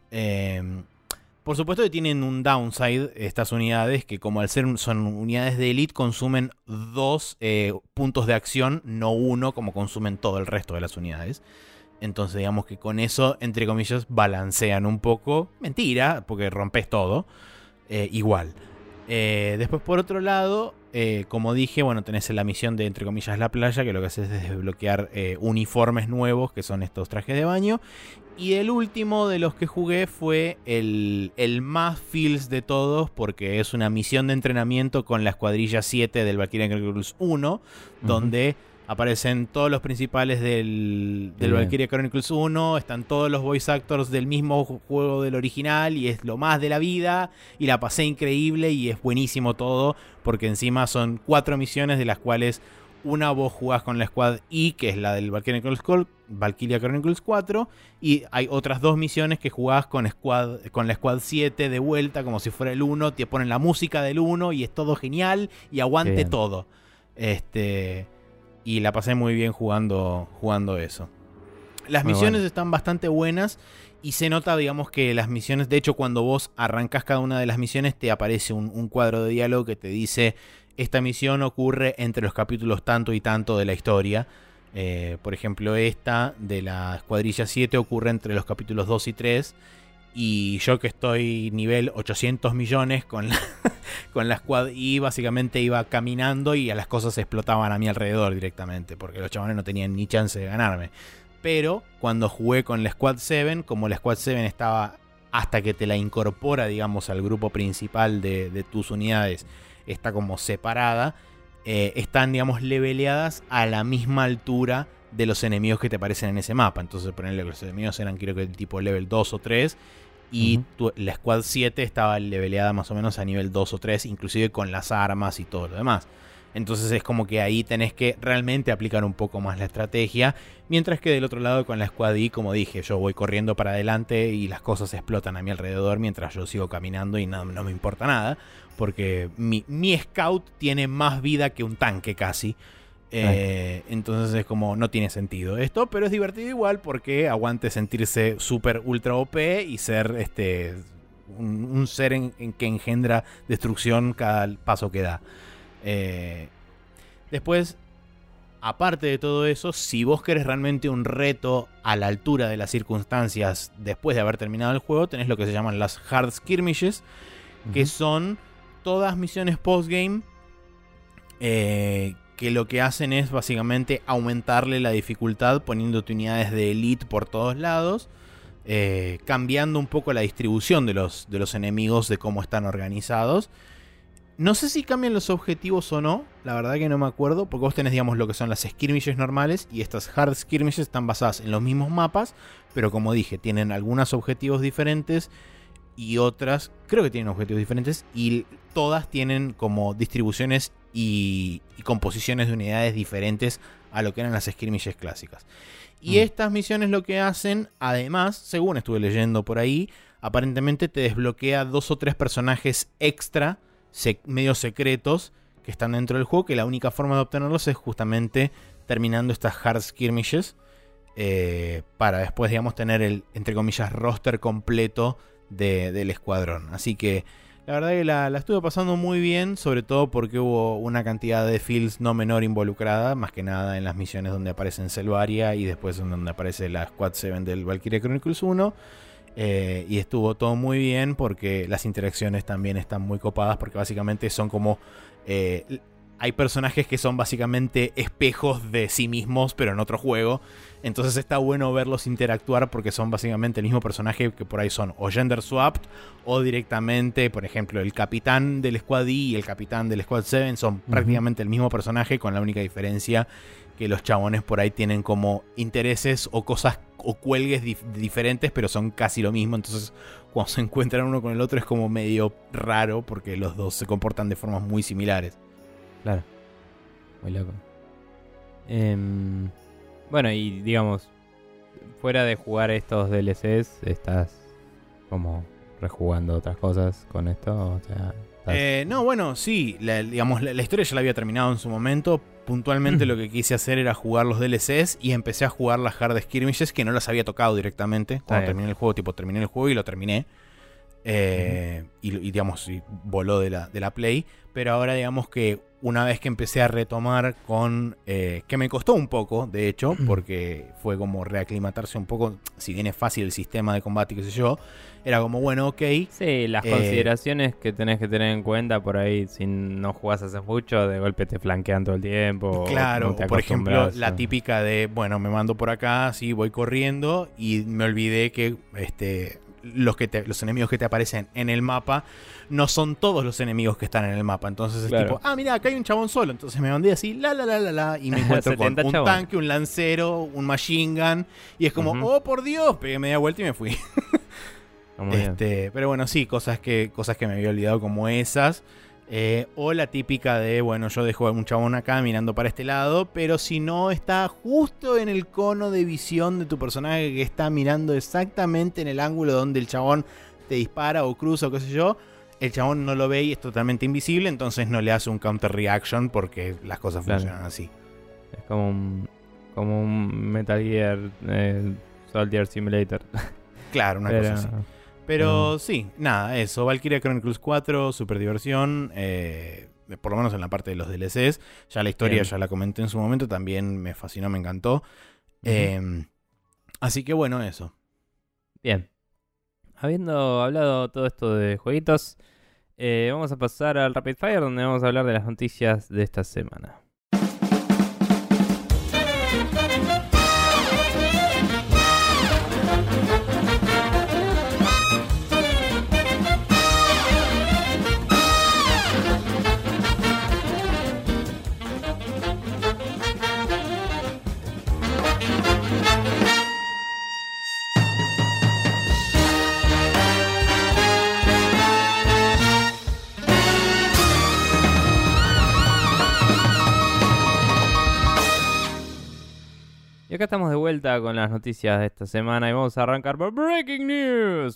Eh, por supuesto que tienen un downside estas unidades, que como al ser son unidades de elite consumen dos eh, puntos de acción, no uno como consumen todo el resto de las unidades. Entonces digamos que con eso, entre comillas, balancean un poco. Mentira, porque rompes todo. Eh, igual. Eh, después por otro lado, eh, como dije, bueno, tenés la misión de, entre comillas, la playa, que lo que haces es desbloquear eh, uniformes nuevos, que son estos trajes de baño. Y el último de los que jugué fue el, el más feels de todos, porque es una misión de entrenamiento con la escuadrilla siete del Valkyria Chronicles uno, uh-huh. donde aparecen todos los principales del, del Valkyria Chronicles uno, están todos los voice actors del mismo juego del original y es lo más de la vida y la pasé increíble y es buenísimo todo porque encima son cuatro misiones de las cuales una vos jugás con la Squad I, que es la del Valkyria Chronicles, Valkyria Chronicles cuatro, y hay otras dos misiones que jugás con, Squad, con la Squad siete de vuelta como si fuera el uno, te ponen la música del uno y es todo genial y aguante todo. Este... Y la pasé muy bien jugando, jugando eso. Las muy misiones bueno. están bastante buenas. Y se nota, digamos, que las misiones... De hecho, cuando vos arrancás cada una de las misiones, te aparece un, un cuadro de diálogo que te dice... Esta misión ocurre entre los capítulos tanto y tanto de la historia. Eh, por ejemplo, esta de la escuadrilla siete ocurre entre los capítulos dos y tres. Y yo que estoy nivel ochocientos millones con la, con la Squad I, básicamente iba caminando y a las cosas explotaban a mi alrededor directamente, porque los chavales no tenían ni chance de ganarme. Pero cuando jugué con la Squad siete, como la Squad siete estaba, hasta que te la incorpora, digamos, al grupo principal de, de tus unidades, está como separada, eh, están, digamos, leveleadas a la misma altura de los enemigos que te aparecen en ese mapa. Entonces, ponerle que los enemigos eran, creo que tipo level dos o tres. Y uh-huh. tu, la Squad siete estaba leveleada más o menos a nivel dos o tres, inclusive con las armas y todo lo demás. Entonces es como que ahí tenés que realmente aplicar un poco más la estrategia. Mientras que del otro lado con la Squad I, como dije, yo voy corriendo para adelante y las cosas explotan a mi alrededor mientras yo sigo caminando y no, no me importa nada. Porque mi, mi Scout tiene más vida que un tanque casi. Eh, entonces es como, no tiene sentido esto, pero es divertido igual porque aguante sentirse súper ultra O P y ser este un, un ser en, en que engendra destrucción cada paso que da. Eh, después, aparte de todo eso, si vos querés realmente un reto a la altura de las circunstancias después de haber terminado el juego, tenés lo que se llaman las Hard Skirmishes, uh-huh. que son todas misiones postgame eh, que lo que hacen es básicamente aumentarle la dificultad poniéndote unidades de elite por todos lados, eh, cambiando un poco la distribución de los, de los enemigos, de cómo están organizados. No sé si cambian los objetivos o no, la verdad que no me acuerdo, porque vos tenés, digamos, lo que son las skirmishes normales y estas hard skirmishes están basadas en los mismos mapas, pero como dije, tienen algunos objetivos diferentes y otras, creo que tienen objetivos diferentes, y todas tienen como distribuciones y, y composiciones de unidades diferentes a lo que eran las skirmishes clásicas. Y mm. estas misiones lo que hacen, además, según estuve leyendo por ahí, aparentemente te desbloquea dos o tres personajes extra, sec- medio secretos, que están dentro del juego, que la única forma de obtenerlos es justamente terminando estas hard skirmishes, eh, para después, digamos, tener el, entre comillas, roster completo de, del escuadrón. Así que la verdad que la, la estuve pasando muy bien, sobre todo porque hubo una cantidad de feels no menor involucrada, más que nada en las misiones donde aparece en Selvaria y después en donde aparece la Squad siete del Valkyria Chronicles uno. Eh, y estuvo todo muy bien porque las interacciones también están muy copadas, porque básicamente son como... Eh, hay personajes que son básicamente espejos de sí mismos, pero en otro juego. Entonces está bueno verlos interactuar porque son básicamente el mismo personaje, que por ahí son o gender swapped o directamente, por ejemplo, el capitán del Squad E y el capitán del Squad siete son uh-huh. prácticamente el mismo personaje, con la única diferencia que los chabones por ahí tienen como intereses o cosas o cuelgues dif- diferentes, pero son casi lo mismo. Entonces cuando se encuentran uno con el otro es como medio raro porque los dos se comportan de formas muy similares. Claro, muy loco. Eh... Bueno, y digamos, fuera de jugar estos D L Cs, ¿estás como rejugando otras cosas con esto? O sea, eh, no, bueno, sí, la, digamos, la, la historia ya la había terminado en su momento. Puntualmente lo que quise hacer era jugar los D L Cs y empecé a jugar las Hard Skirmishes, que no las había tocado directamente. Cuando terminé el juego, tipo, terminé el juego y lo terminé. Eh, uh-huh. y, y digamos, y voló de la, de la Play. Pero ahora digamos que una vez que empecé a retomar con... Eh, que me costó un poco, de hecho, porque fue como reaclimatarse un poco. Si bien es fácil el sistema de combate, qué sé yo, era como, bueno, ok. Sí, las eh, consideraciones que tenés que tener en cuenta por ahí, si no jugás hace mucho, de golpe te flanquean todo el tiempo. Claro, o no por ejemplo, la típica de, bueno, me mando por acá, sí, voy corriendo y me olvidé que... este Los, que te, los enemigos que te aparecen en el mapa no son todos los enemigos que están en el mapa. Entonces claro. es tipo, ah, mira, acá hay un chabón solo. Entonces me mandé así, la, la, la, la, la. Y me encuentro con un chabón. tanque, un lancero, un machine gun. Y es como, uh-huh. oh, por Dios. Pegué media vuelta y me fui. este, pero bueno, sí, cosas que, cosas que me había olvidado como esas. Eh, o la típica de, bueno, yo dejo a un chabón acá mirando para este lado, pero si no está justo en el cono de visión de tu personaje que está mirando exactamente en el ángulo donde el chabón te dispara o cruza o qué sé yo, el chabón no lo ve y es totalmente invisible, entonces no le hace un counter reaction porque las cosas claro. funcionan así. Es como un, como un Metal Gear eh, Soldier Simulator. Claro, una pero... cosa así. Pero sí, nada, eso. Valkyria Chronicles cuatro, super diversión. Eh, por lo menos en la parte de los D L Cs. Ya la historia Bien. ya la comenté en su momento. También me fascinó, me encantó. Uh-huh. Eh, así que bueno, eso. Bien. Habiendo hablado todo esto de jueguitos, eh, vamos a pasar al Rapid Fire, donde vamos a hablar de las noticias de esta semana. Y acá estamos de vuelta con las noticias de esta semana y vamos a arrancar por Breaking News.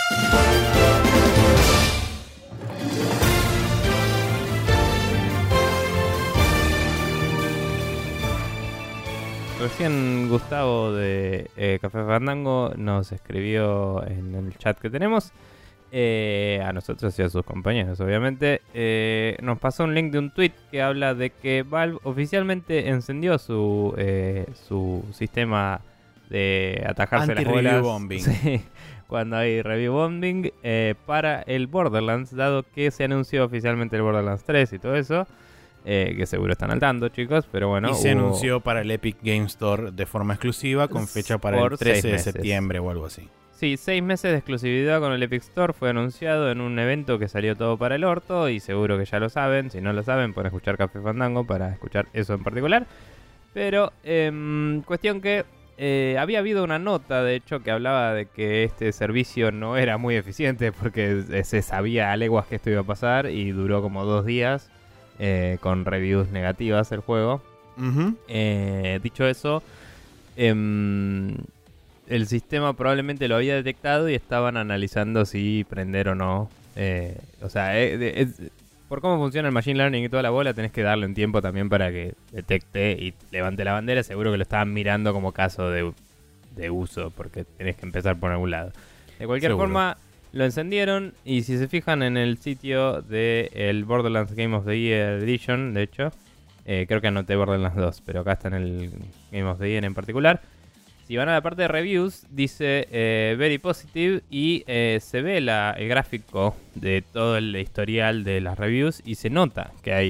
Recién Gustavo de eh, Café Fandango nos escribió en el chat que tenemos, eh, a nosotros y a sus compañeros obviamente, eh, nos pasó un link de un tweet que habla de que Valve oficialmente encendió su, eh, su sistema de atajarse las bolas. Anti-review bombing. Sí, cuando hay review bombing eh, para el Borderlands, dado que se anunció oficialmente el Borderlands tres y todo eso. Eh, que seguro están al tanto, chicos, pero bueno. Y se hubo... anunció para el Epic Game Store de forma exclusiva, con fecha para Por el trece de septiembre o algo así. Sí, seis meses de exclusividad con el Epic Store. Fue anunciado en un evento que salió todo para el orto y seguro que ya lo saben. Si no lo saben, pueden escuchar Café Fandango para escuchar eso en particular. Pero, eh, cuestión que eh, había habido una nota, de hecho, que hablaba de que este servicio no era muy eficiente porque se sabía a leguas que esto iba a pasar y duró como dos días. Eh, con reviews negativas el juego. Uh-huh. Eh, dicho eso, eh, el sistema probablemente lo había detectado y estaban analizando si prender o no. Eh, o sea, eh, es, por cómo funciona el Machine Learning y toda la bola, tenés que darle un tiempo también para que detecte y levante la bandera. Seguro que lo estaban mirando como caso de, de uso, porque tenés que empezar por algún lado. De cualquier Seguro. forma... Lo encendieron y si se fijan en el sitio del Borderlands Game of the Year Edition, de hecho, eh, creo que anoté Borderlands dos, pero acá está en el Game of the Year en particular. Si van a la parte de reviews, dice eh, Very Positive y eh, se ve la, el gráfico de todo el historial de las reviews y se nota que hay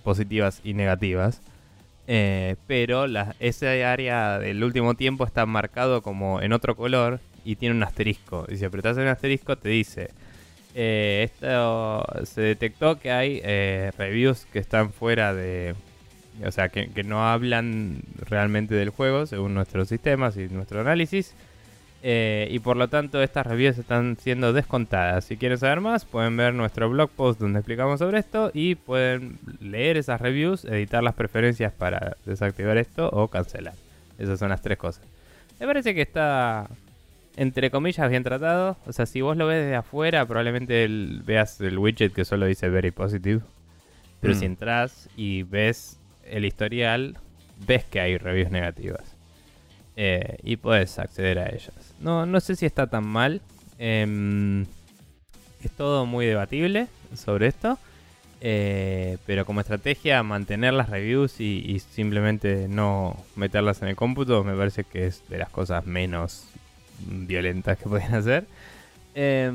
positivas y negativas. Eh, pero la, ese área del último tiempo está marcado como en otro color y tiene un asterisco. Y si apretás el asterisco te dice... Eh, esto se detectó que hay eh, reviews que están fuera de... O sea, que, que no hablan realmente del juego según nuestros sistemas y nuestro análisis. Eh, y por lo tanto estas reviews están siendo descontadas. Si quieren saber más, pueden ver nuestro blog post donde explicamos sobre esto. Y pueden leer esas reviews, editar las preferencias para desactivar esto o cancelar. Esas son las tres cosas. Me parece que está... entre comillas, bien tratado. O sea, si vos lo ves desde afuera, probablemente el, veas el widget que solo dice very positive. Pero mm. si entras y ves el historial, ves que hay reviews negativas. Eh, y puedes acceder a ellas. No, no sé si está tan mal. Eh, es todo muy debatible sobre esto. Eh, pero como estrategia, mantener las reviews y, y simplemente no meterlas en el cómputo, me parece que es de las cosas menos... violentas que pueden hacer. Eh,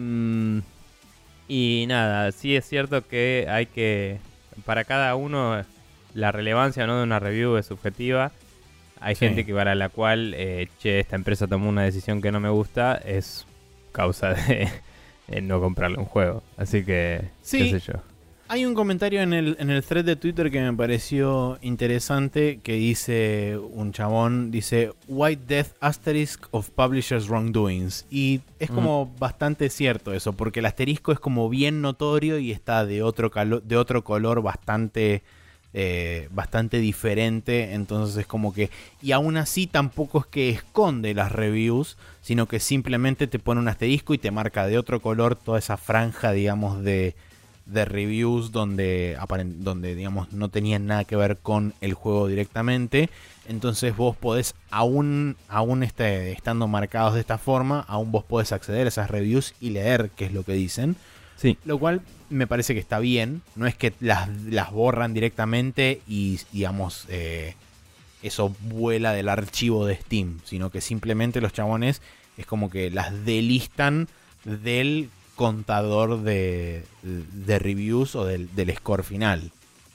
y nada, sí es cierto que hay que... Para cada uno, la relevancia o no de una review es subjetiva. Hay sí. gente que para la cual, eh, che, esta empresa tomó una decisión que no me gusta, es causa de, de no comprarle un juego. Así que, sí. qué sé yo. Hay un comentario en el, en el thread de Twitter que me pareció interesante, que dice un chabón, dice White Death Asterisk of Publishers Wrongdoings. Y es como mm. bastante cierto eso, porque el asterisco es como bien notorio y está de otro, calo- de otro color bastante, eh, bastante diferente. Entonces es como que... Y aún así tampoco es que esconde las reviews, sino que simplemente te pone un asterisco y te marca de otro color toda esa franja, digamos, de... de reviews donde, donde digamos no tenían nada que ver con el juego directamente. Entonces vos podés, aún, aún este, estando marcados de esta forma, aún vos podés acceder a esas reviews y leer qué es lo que dicen. Sí. Lo cual me parece que está bien. No es que las, las borran directamente y digamos eh, eso vuela del archivo de Steam, sino que simplemente los chabones es como que las delistan del contador de, de reviews o del, del score final.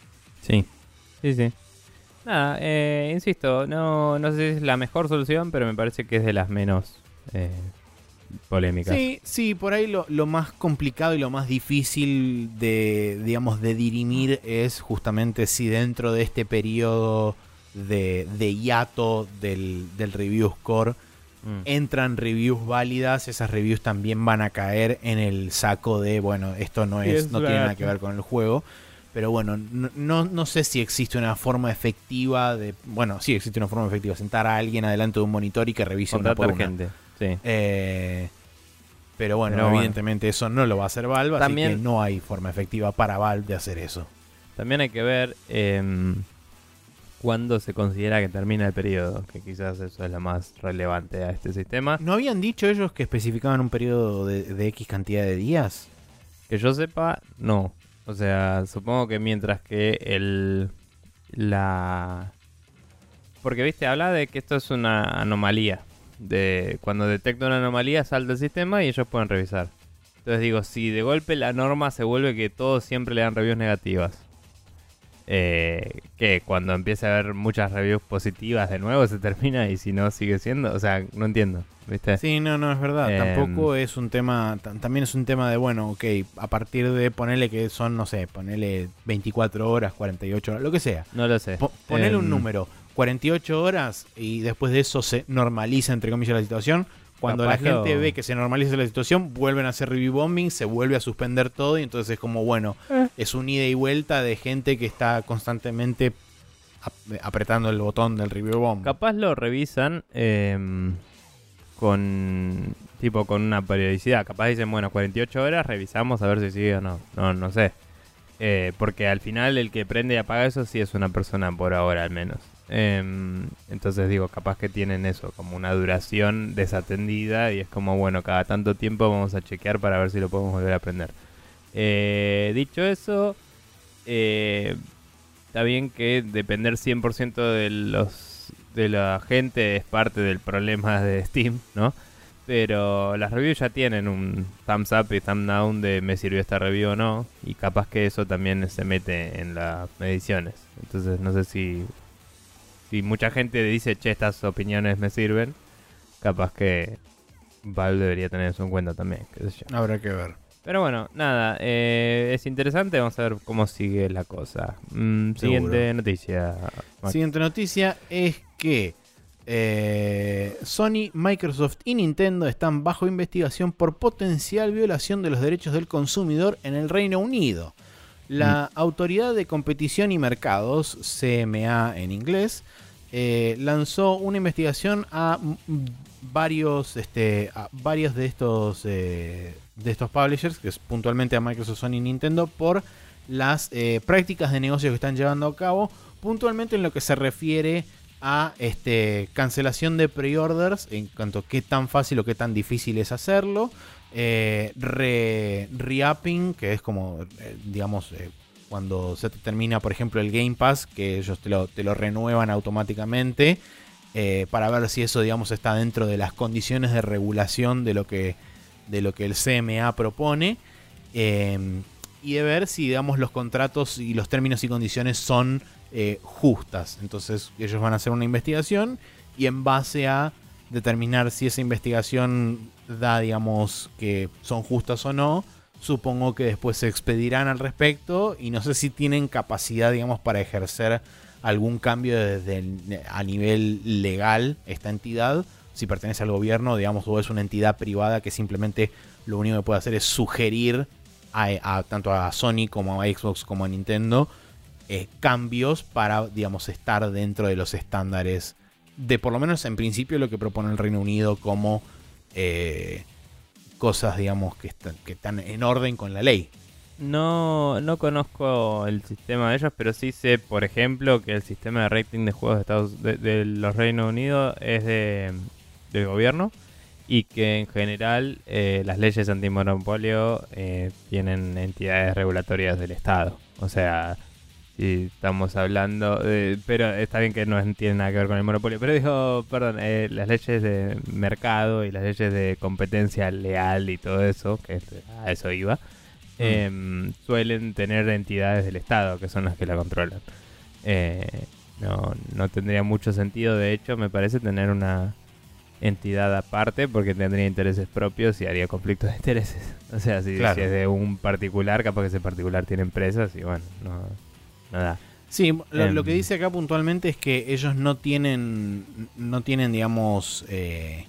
Sí, sí, sí. Nada, eh, insisto, no, no sé si es la mejor solución, pero me parece que es de las menos eh, polémicas. Sí, sí, por ahí lo, lo más complicado y lo más difícil de, digamos, de dirimir es justamente si dentro de este periodo de, de hiato del, del review score entran reviews válidas, esas reviews también van a caer en el saco de, bueno, esto no es, es no tiene nada que ver con el juego. Pero bueno, no, no, no sé si existe una forma efectiva de... Bueno, sí existe una forma efectiva, sentar a alguien adelante de un monitor y que revise una por una. Gente, sí. Eh, pero bueno, pero evidentemente bueno. Eso no lo va a hacer Valve, también, así que no hay forma efectiva para Valve de hacer eso. También hay que ver... Eh, ¿cuándo se considera que termina el periodo? Que quizás eso es lo más relevante a este sistema. ¿No habían dicho ellos que especificaban un periodo de, de X cantidad de días? Que yo sepa, no. O sea, supongo que mientras que el... La... Porque, viste, habla de que esto es una anomalía. De cuando detecta una anomalía salta el sistema y ellos pueden revisar. Entonces digo, si de golpe la norma se vuelve que todos siempre le dan reviews negativas. Eh, que cuando empiece a haber muchas reviews positivas de nuevo se termina y si no sigue siendo, o sea, no entiendo, ¿viste? Sí, no, no, es verdad, eh, tampoco es un tema, t- también es un tema de, bueno, ok, a partir de ponerle que son, no sé, ponerle veinticuatro horas, cuarenta y ocho horas, lo que sea. No lo sé. Po- ponerle eh, un número, cuarenta y ocho horas y después de eso se normaliza, entre comillas, la situación. Cuando la gente lo... ve que se normaliza la situación, vuelven a hacer review bombing, se vuelve a suspender todo y entonces es como, bueno, eh. es un ida y vuelta de gente que está constantemente ap- apretando el botón del review bomb. Capaz lo revisan eh, con tipo con una periodicidad. Capaz dicen, bueno, cuarenta y ocho horas, revisamos a ver si sigue o no. No, no sé. Eh, porque al final el que prende y apaga eso sí es una persona por ahora al menos. Eh, entonces digo, capaz que tienen eso, como una duración desatendida y es como, bueno, cada tanto tiempo vamos a chequear para ver si lo podemos volver a aprender. Eh, dicho eso, eh, está bien que depender cien por ciento de los de la gente es parte del problema de Steam, ¿no? pero las reviews ya tienen un thumbs up y thumbs down de me sirvió esta review o no, y capaz que eso también se mete en las mediciones. Entonces no sé si si mucha gente dice, che, estas opiniones me sirven, capaz que Valve debería tener eso en cuenta también, qué sé yo. Habrá que ver. Pero bueno, nada, eh, es interesante, vamos a ver cómo sigue la cosa. Mm, siguiente noticia, Max. Siguiente noticia es que eh, Sony, Microsoft y Nintendo están bajo investigación por potencial violación de los derechos del consumidor en el Reino Unido. La mm. Autoridad de Competición y Mercados, C M A en inglés, eh, lanzó una investigación a varios, este, a varios de estos eh, de estos publishers, que es puntualmente a Microsoft, Sony y Nintendo, por las eh, prácticas de negocio que están llevando a cabo, puntualmente en lo que se refiere a este, cancelación de pre-orders, en cuanto a qué tan fácil o qué tan difícil es hacerlo, eh, re, re-upping, que es como, eh, digamos, eh, cuando se te termina, por ejemplo, el Game Pass, que ellos te lo, te lo renuevan automáticamente, eh, para ver si eso, digamos, está dentro de las condiciones de regulación de lo que, de lo que el C M A propone, eh, y de ver si, digamos, los contratos y los términos y condiciones son eh, justas. Entonces ellos van a hacer una investigación y en base a determinar si esa investigación da, digamos, que son justas o no, supongo que después se expedirán al respecto, y no sé si tienen capacidad, digamos, para ejercer algún cambio desde el, a nivel legal esta entidad, si pertenece al gobierno, digamos, o es una entidad privada que simplemente lo único que puede hacer es sugerir a, a tanto a Sony como a Xbox como a Nintendo eh, cambios para, digamos, estar dentro de los estándares de, por lo menos en principio, lo que propone el Reino Unido como eh, cosas, digamos, que, está, que están en orden con la ley. No, no conozco el sistema de ellos, pero sí sé, por ejemplo, que el sistema de rating de juegos de, Estados, de, de los Reino Unido es de, del gobierno, y que en general eh, las leyes antimonopolio eh, tienen entidades regulatorias del Estado. O sea, si estamos hablando, de, pero está bien que no tiene nada que ver con el monopolio, pero digo, perdón, eh, las leyes de mercado y las leyes de competencia leal y todo eso, que a eso iba, Eh, mm. suelen tener entidades del Estado que son las que la controlan. Eh, no, no tendría mucho sentido, de hecho, me parece, tener una entidad aparte, porque tendría intereses propios y haría conflictos de intereses. O sea, si, claro. si es de un particular, capaz que ese particular tiene empresas y bueno, no, no da. Sí, lo, eh, lo que dice acá puntualmente es que ellos no tienen, no tienen, digamos, eh,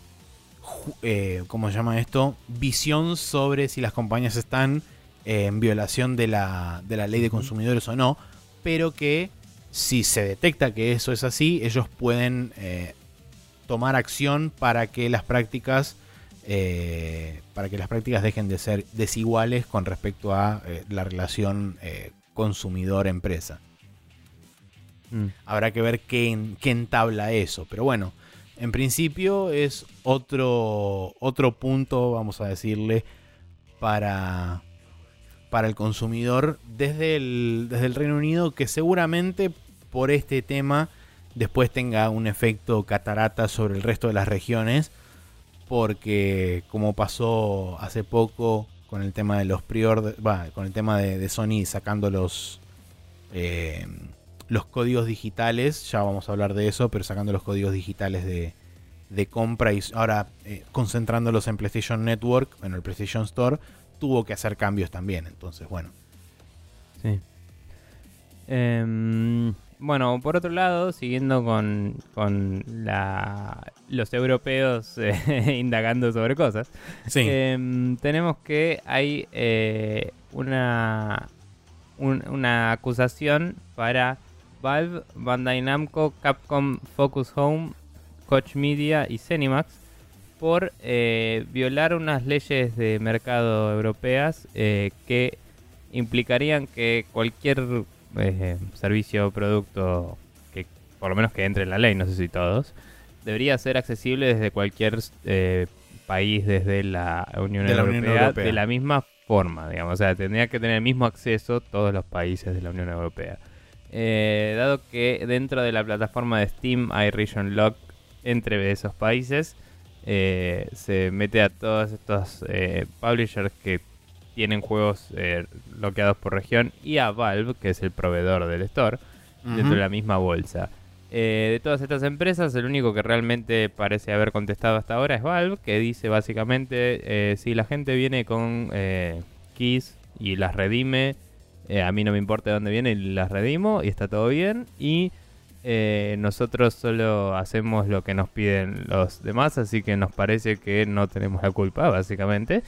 Eh, ¿cómo se llama esto? Visión sobre si las compañías están eh, en violación de la, de la ley de consumidores o no, pero que si se detecta que eso es así, ellos pueden eh, tomar acción para que las prácticas eh, para que las prácticas dejen de ser desiguales con respecto a eh, la relación eh, consumidor-empresa. Mm. Habrá que ver qué, qué entabla eso, pero bueno, en principio es otro, otro punto, vamos a decirle, para, para el consumidor desde el, desde el Reino Unido, que seguramente por este tema después tenga un efecto catarata sobre el resto de las regiones, porque como pasó hace poco con el tema de los pre-orders, bah, con el tema de, de Sony sacando los... Eh, los códigos digitales, ya vamos a hablar de eso, pero sacando los códigos digitales de, de compra y ahora eh, concentrándolos en PlayStation Network, en el PlayStation Store, tuvo que hacer cambios también, entonces bueno. Sí. Eh, bueno, por otro lado, siguiendo con, con la, los europeos eh, indagando sobre cosas, sí. eh, tenemos que hay eh, una, un, una acusación para Valve, Bandai Namco, Capcom, Focus Home, Koch Media y Zenimax por eh, violar unas leyes de mercado europeas eh, que implicarían que cualquier eh, servicio o producto que por lo menos que entre en la ley, no sé si todos, debería ser accesible desde cualquier eh, país desde la Unión, de la Europea, Unión Europea de la misma forma, digamos, o sea, tendría que tener el mismo acceso todos los países de la Unión Europea. Eh, dado que dentro de la plataforma de Steam hay region lock entre esos países, eh, se mete a todos estos eh, publishers que tienen juegos eh, bloqueados por región y a Valve, que es el proveedor del store, uh-huh. dentro de la misma bolsa. Eh, de todas estas empresas, el único que realmente parece haber contestado hasta ahora es Valve, que dice básicamente, eh, si la gente viene con eh, keys y las redime, eh, a mí no me importa de dónde viene, y las redimo y está todo bien. Y eh, nosotros solo hacemos lo que nos piden los demás, así que nos parece que no tenemos la culpa, básicamente.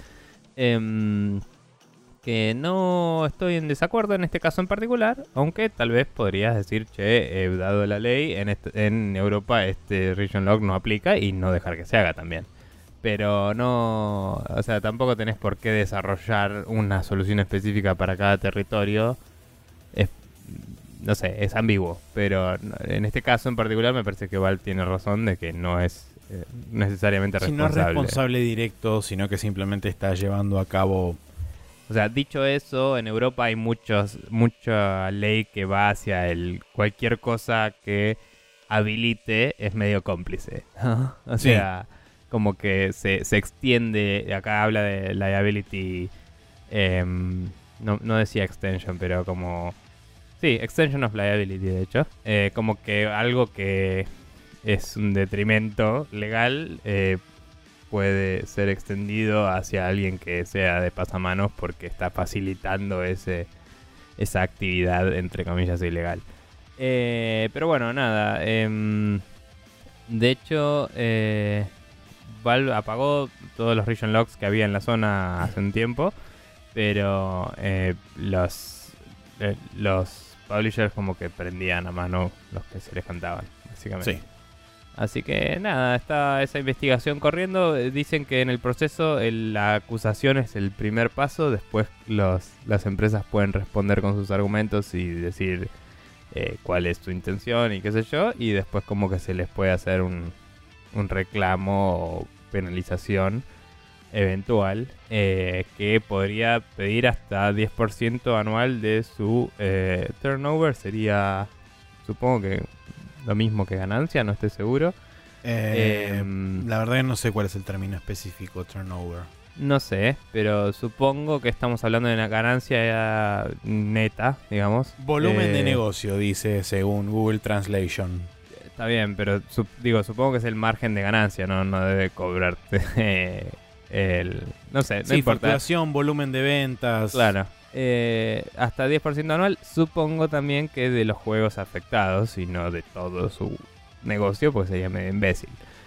Eh, que no estoy en desacuerdo en este caso en particular, aunque tal vez podrías decir, che, eh, dado la ley, en, este, en Europa este region lock no aplica y no dejar que se haga también. Pero no, o sea, tampoco tenés por qué desarrollar una solución específica para cada territorio. Es, no sé, es ambiguo, pero en este caso en particular me parece que Valve tiene razón de que no es eh, necesariamente responsable. Si no es responsable directo, sino que simplemente está llevando a cabo... O sea, dicho eso, en Europa hay muchos mucha ley que va hacia el cualquier cosa que habilite es medio cómplice. O sea, sí. Como que se, se extiende, acá habla de liability, eh, no, no decía extension, pero como... Sí, extension of liability, de hecho. Eh, como que algo que es un detrimento legal... Eh, puede ser extendido hacia alguien que sea de pasamanos porque está facilitando ese esa actividad, entre comillas, ilegal. Eh, pero bueno, nada. Eh, de hecho, eh, Valve apagó todos los region locks que había en la zona hace un tiempo, pero eh, los, eh, los publishers como que prendían a mano los que se les cantaban, básicamente. Sí. Así que nada, está esa investigación corriendo. Dicen que en el proceso el, la acusación es el primer paso. Después los, las empresas pueden responder con sus argumentos y decir eh, cuál es su intención y qué sé yo. Y después como que se les puede hacer un, un reclamo o penalización eventual eh, que podría pedir hasta diez por ciento anual de su eh, turnover. Sería, supongo que... lo mismo que ganancia, no estoy seguro. Eh, eh, la verdad que no sé cuál es el término específico, turnover. No sé, pero supongo que estamos hablando de una ganancia neta, digamos. Volumen eh, de negocio, dice según Google Translation. Está bien, pero su, digo, supongo que es el margen de ganancia, no, no debe cobrarte el... No sé, no sí, importa. Facturación, volumen de ventas. Claro. Eh, hasta diez por ciento anual, supongo también que de los juegos afectados y no de todo su negocio, porque sería medio imbécil.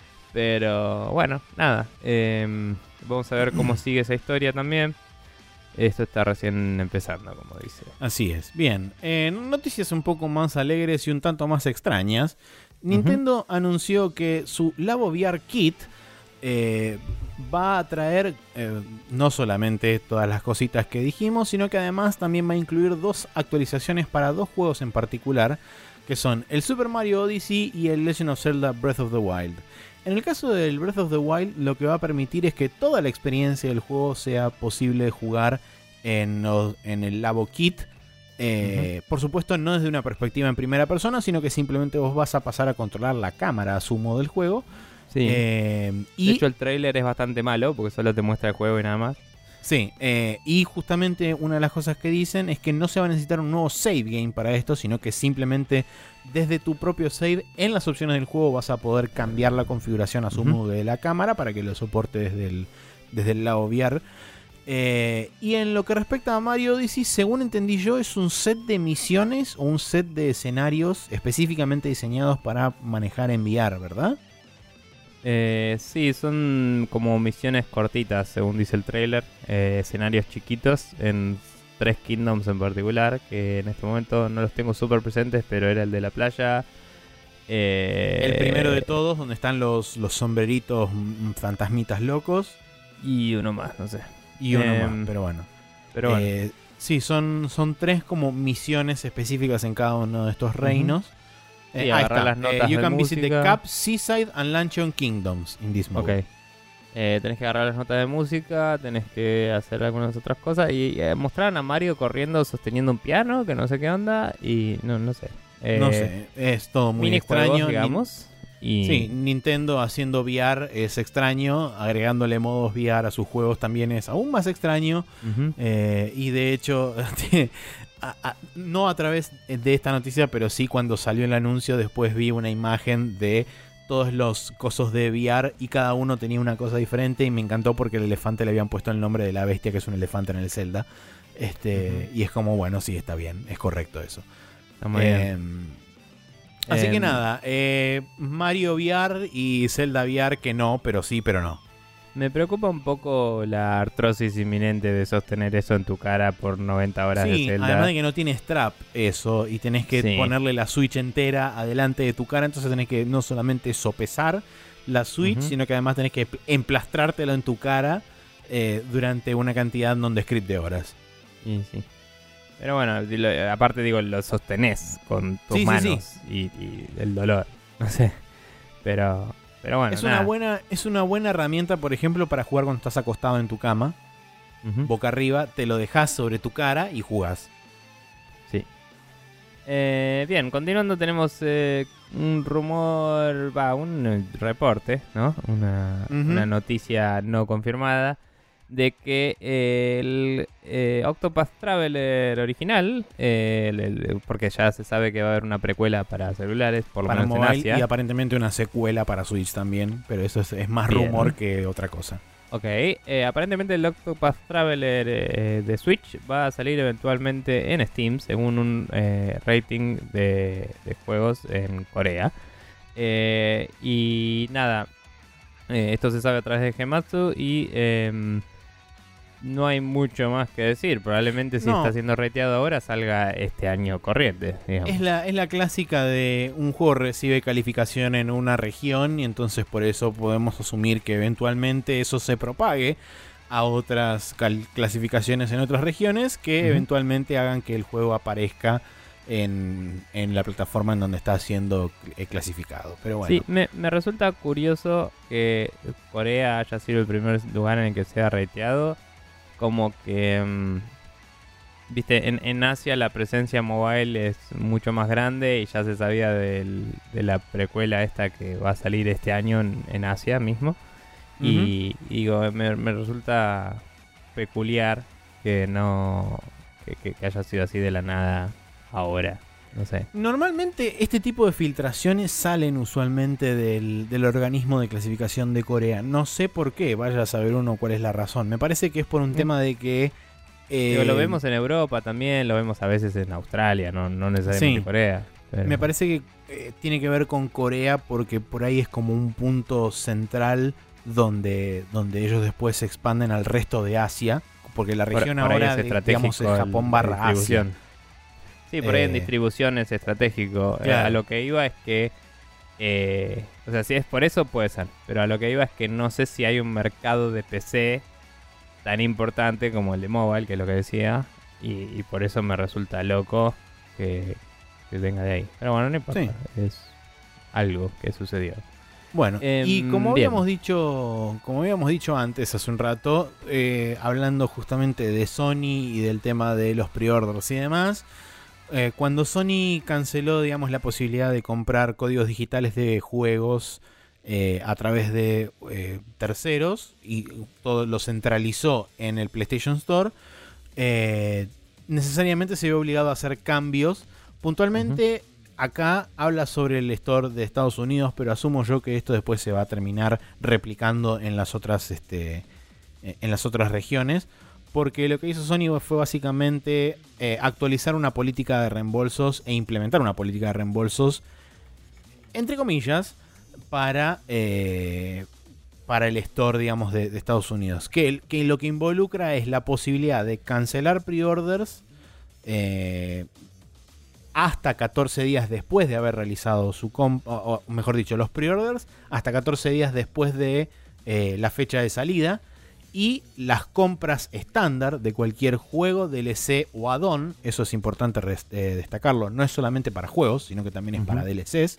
Pero bueno, nada, eh, vamos a ver cómo sigue esa historia también. Esto está recién empezando, como dice. Así es. Bien, eh, noticias un poco más alegres y un tanto más extrañas. Nintendo uh-huh. anunció que su Labo V R Kit Eh, va a traer eh, no solamente todas las cositas que dijimos, sino que además también va a incluir dos actualizaciones para dos juegos en particular, que son el Super Mario Odyssey y el Legend of Zelda Breath of the Wild. En el caso del Breath of the Wild, lo que va a permitir es que toda la experiencia del juego sea posible jugar en, en el Labo Kit. Eh, uh-huh. Por supuesto, no desde una perspectiva en primera persona, sino que simplemente vos vas a pasar a controlar la cámara, asumo, del juego. Sí. Eh, y de hecho el trailer es bastante malo porque solo te muestra el juego y nada más. Sí, eh, y justamente una de las cosas que dicen es que no se va a necesitar un nuevo save game para esto, sino que simplemente desde tu propio save en las opciones del juego vas a poder cambiar la configuración, asumo, uh-huh. de la cámara para que lo soporte desde el, desde el lado V R. Eh, y en lo que respecta a Mario Odyssey, según entendí yo, es un set de misiones o un set de escenarios específicamente diseñados para manejar en V R, ¿verdad? Eh, sí, son como misiones cortitas, según dice el trailer, eh, escenarios chiquitos en tres Kingdoms en particular, que en este momento no los tengo súper presentes, pero era el de la playa. Eh, el primero de todos, donde están los, los sombreritos fantasmitas locos. Y uno más, no sé. Y uno eh, más, pero bueno. Pero bueno. Eh, sí, son, son tres como misiones específicas en cada uno de estos reinos. Uh-huh. Sí, eh, ahí está. Las notas eh, you de can música. visit the Cap, Seaside and Luncheon Kingdoms in this mode. Ok. Eh, tenés que agarrar las notas de música, tenés que hacer algunas otras cosas. Y eh, mostraron a Mario corriendo sosteniendo un piano, que no sé qué onda. Y no, no sé. Eh, no sé, es todo muy extraño. Digamos. Y... Sí, Nintendo haciendo V R es extraño, agregándole modos V R a sus juegos también es aún más extraño. Uh-huh. eh, y de hecho, a, a, no a través de esta noticia, pero sí cuando salió el anuncio, después vi una imagen de todos los cosos de V R y cada uno tenía una cosa diferente y me encantó porque el elefante le habían puesto el nombre de la bestia, que es un elefante en el Zelda. Este, uh-huh. Y es como, bueno, sí, está bien, es correcto eso. Está muy eh, bien. Así eh, que nada, eh, Mario V R y Zelda V R que no, pero sí, pero no. Me preocupa un poco la artrosis inminente de sostener eso en tu cara por noventa horas sí, de Zelda. Además de que no tiene strap eso y tenés que sí. ponerle la Switch entera adelante de tu cara, entonces tenés que no solamente sopesar la Switch, uh-huh. sino que además tenés que emplastrártelo en tu cara eh, durante una cantidad non-descript de horas. Sí, sí. Pero bueno, lo, aparte digo, lo sostenés con tus sí, manos sí, sí. Y, y el dolor, no sé. Pero, pero bueno, es nada. una buena es una buena herramienta, por ejemplo, para jugar cuando estás acostado en tu cama, uh-huh. boca arriba, te lo dejas sobre tu cara y jugás. Sí. Eh, bien, continuando tenemos eh, un rumor, va, un reporte, ¿no? Una, uh-huh. una noticia no confirmada de que eh, el eh, Octopath Traveler original, eh, el, el, porque ya se sabe que va a haber una precuela para celulares, por lo para menos mobile, en Asia. Y aparentemente una secuela para Switch también, pero eso es, es más Bien. rumor que otra cosa. Ok, eh, aparentemente el Octopath Traveler eh, de Switch va a salir eventualmente en Steam, según un eh, rating de, de juegos en Corea. Eh, y nada, eh, esto se sabe a través de Gematsu y... Eh, no hay mucho más que decir. Probablemente si no. está siendo rateado ahora salga este año corriente, digamos. Es la, es la clásica de un juego recibe calificación en una región y entonces por eso podemos asumir que eventualmente eso se propague a otras cal- clasificaciones en otras regiones que uh-huh. eventualmente hagan que el juego aparezca en, en la plataforma en donde está siendo eh, clasificado. Pero bueno. Sí, me, me resulta curioso que Corea haya sido el primer lugar en el que sea rateado. Como que, um, viste, en, en Asia la presencia mobile es mucho más grande y ya se sabía del, de la precuela esta que va a salir este año en, en Asia mismo. Uh-huh. Y, y digo, me, me resulta peculiar que no que, que, que haya sido así de la nada ahora. No sé. Normalmente este tipo de filtraciones salen usualmente del, del organismo de clasificación de Corea. No sé por qué, vaya a saber uno cuál es la razón. Me parece que es por un mm. tema de que... Eh, Digo, lo vemos en Europa también, lo vemos a veces en Australia, no, no necesariamente sí. Corea. Pero... Me parece que eh, tiene que ver con Corea porque por ahí es como un punto central donde, donde ellos después se expanden al resto de Asia. Porque la región por, por ahora, de, digamos, es Japón barra Asia. Sí, por ahí en distribución es estratégico. Claro. Eh, a lo que iba es que... Eh, o sea, si es por eso puede ser. Pero a lo que iba es que no sé si hay un mercado de P C tan importante como el de mobile, que es lo que decía. Y, y por eso me resulta loco que, que venga de ahí. Pero bueno, no importa. Sí. Es algo que sucedió. Bueno, eh, y como bien. habíamos dicho, como habíamos dicho antes hace un rato, eh, hablando justamente de Sony y del tema de los pre-orders y demás... Eh, cuando Sony canceló, digamos, la posibilidad de comprar códigos digitales de juegos eh, a través de eh, terceros y todo lo centralizó en el PlayStation Store, eh, necesariamente se vio obligado a hacer cambios. Puntualmente, uh-huh. acá habla sobre el Store de Estados Unidos, pero asumo yo que esto después se va a terminar replicando en las otras, este, en las otras regiones. Porque lo que hizo Sony fue básicamente eh, actualizar una política de reembolsos e implementar una política de reembolsos, entre comillas, para, eh, para el store, digamos, de, de Estados Unidos. Que, que lo que involucra es la posibilidad de cancelar pre-orders eh, hasta catorce días después de haber realizado su compra, o, o mejor dicho, los pre-orders, hasta catorce días después de eh, la fecha de salida. Y las compras estándar de cualquier juego, D L C o add-on, eso es importante res- eh, destacarlo, no es solamente para juegos, sino que también es uh-huh. para D L Cs,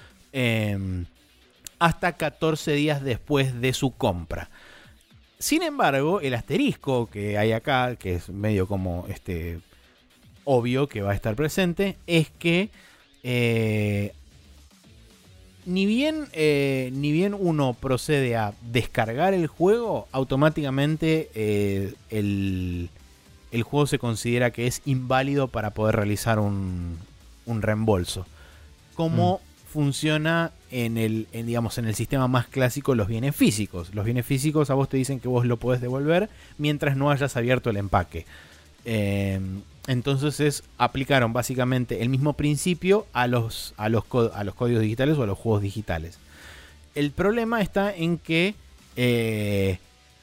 eh, hasta catorce días después de su compra. Sin embargo, el asterisco que hay acá, que es medio como este obvio que va a estar presente, es que eh, ni bien, eh, ni bien uno procede a descargar el juego, automáticamente eh, el, el juego se considera que es inválido para poder realizar un, un reembolso. ¿Cómo mm. funciona en el, en, digamos, en el sistema más clásico los bienes físicos? Los bienes físicos a vos te dicen que vos lo podés devolver mientras no hayas abierto el empaque. Eh, entonces es, aplicaron básicamente el mismo principio a los, a, los, a los códigos digitales o a los juegos digitales. El problema está en que eh,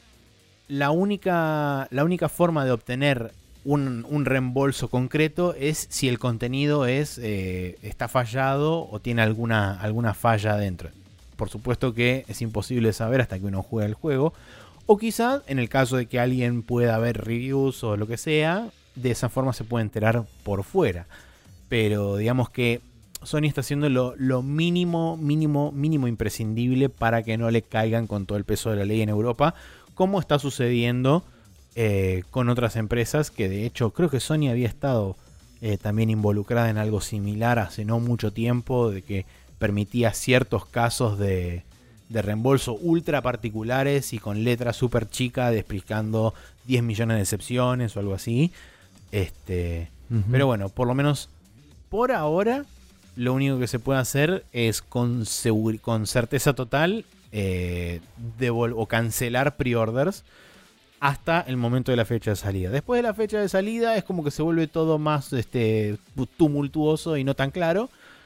la, única, la única forma de obtener un, un reembolso concreto es si el contenido es, eh, está fallado o tiene alguna, alguna falla dentro. Por supuesto que es imposible saber hasta que uno juega el juego. O quizás en el caso de que alguien pueda ver reviews o lo que sea, de esa forma se puede enterar por fuera. Pero digamos que Sony está haciendo lo, lo mínimo, mínimo, mínimo imprescindible para que no le caigan con todo el peso de la ley en Europa, como está sucediendo eh, con otras empresas que de hecho creo que Sony había estado eh, también involucrada en algo similar hace no mucho tiempo, de que permitía ciertos casos de... de reembolso ultra particulares y con letras súper chicas explicando diez millones de excepciones o algo así. Este, uh-huh. Pero bueno, por lo menos por ahora lo único que se puede hacer es con, segura, con certeza total eh, devol- o cancelar pre-orders hasta el momento de la fecha de salida. Después de la fecha de salida es como que se vuelve todo más este, tumultuoso y no tan claro,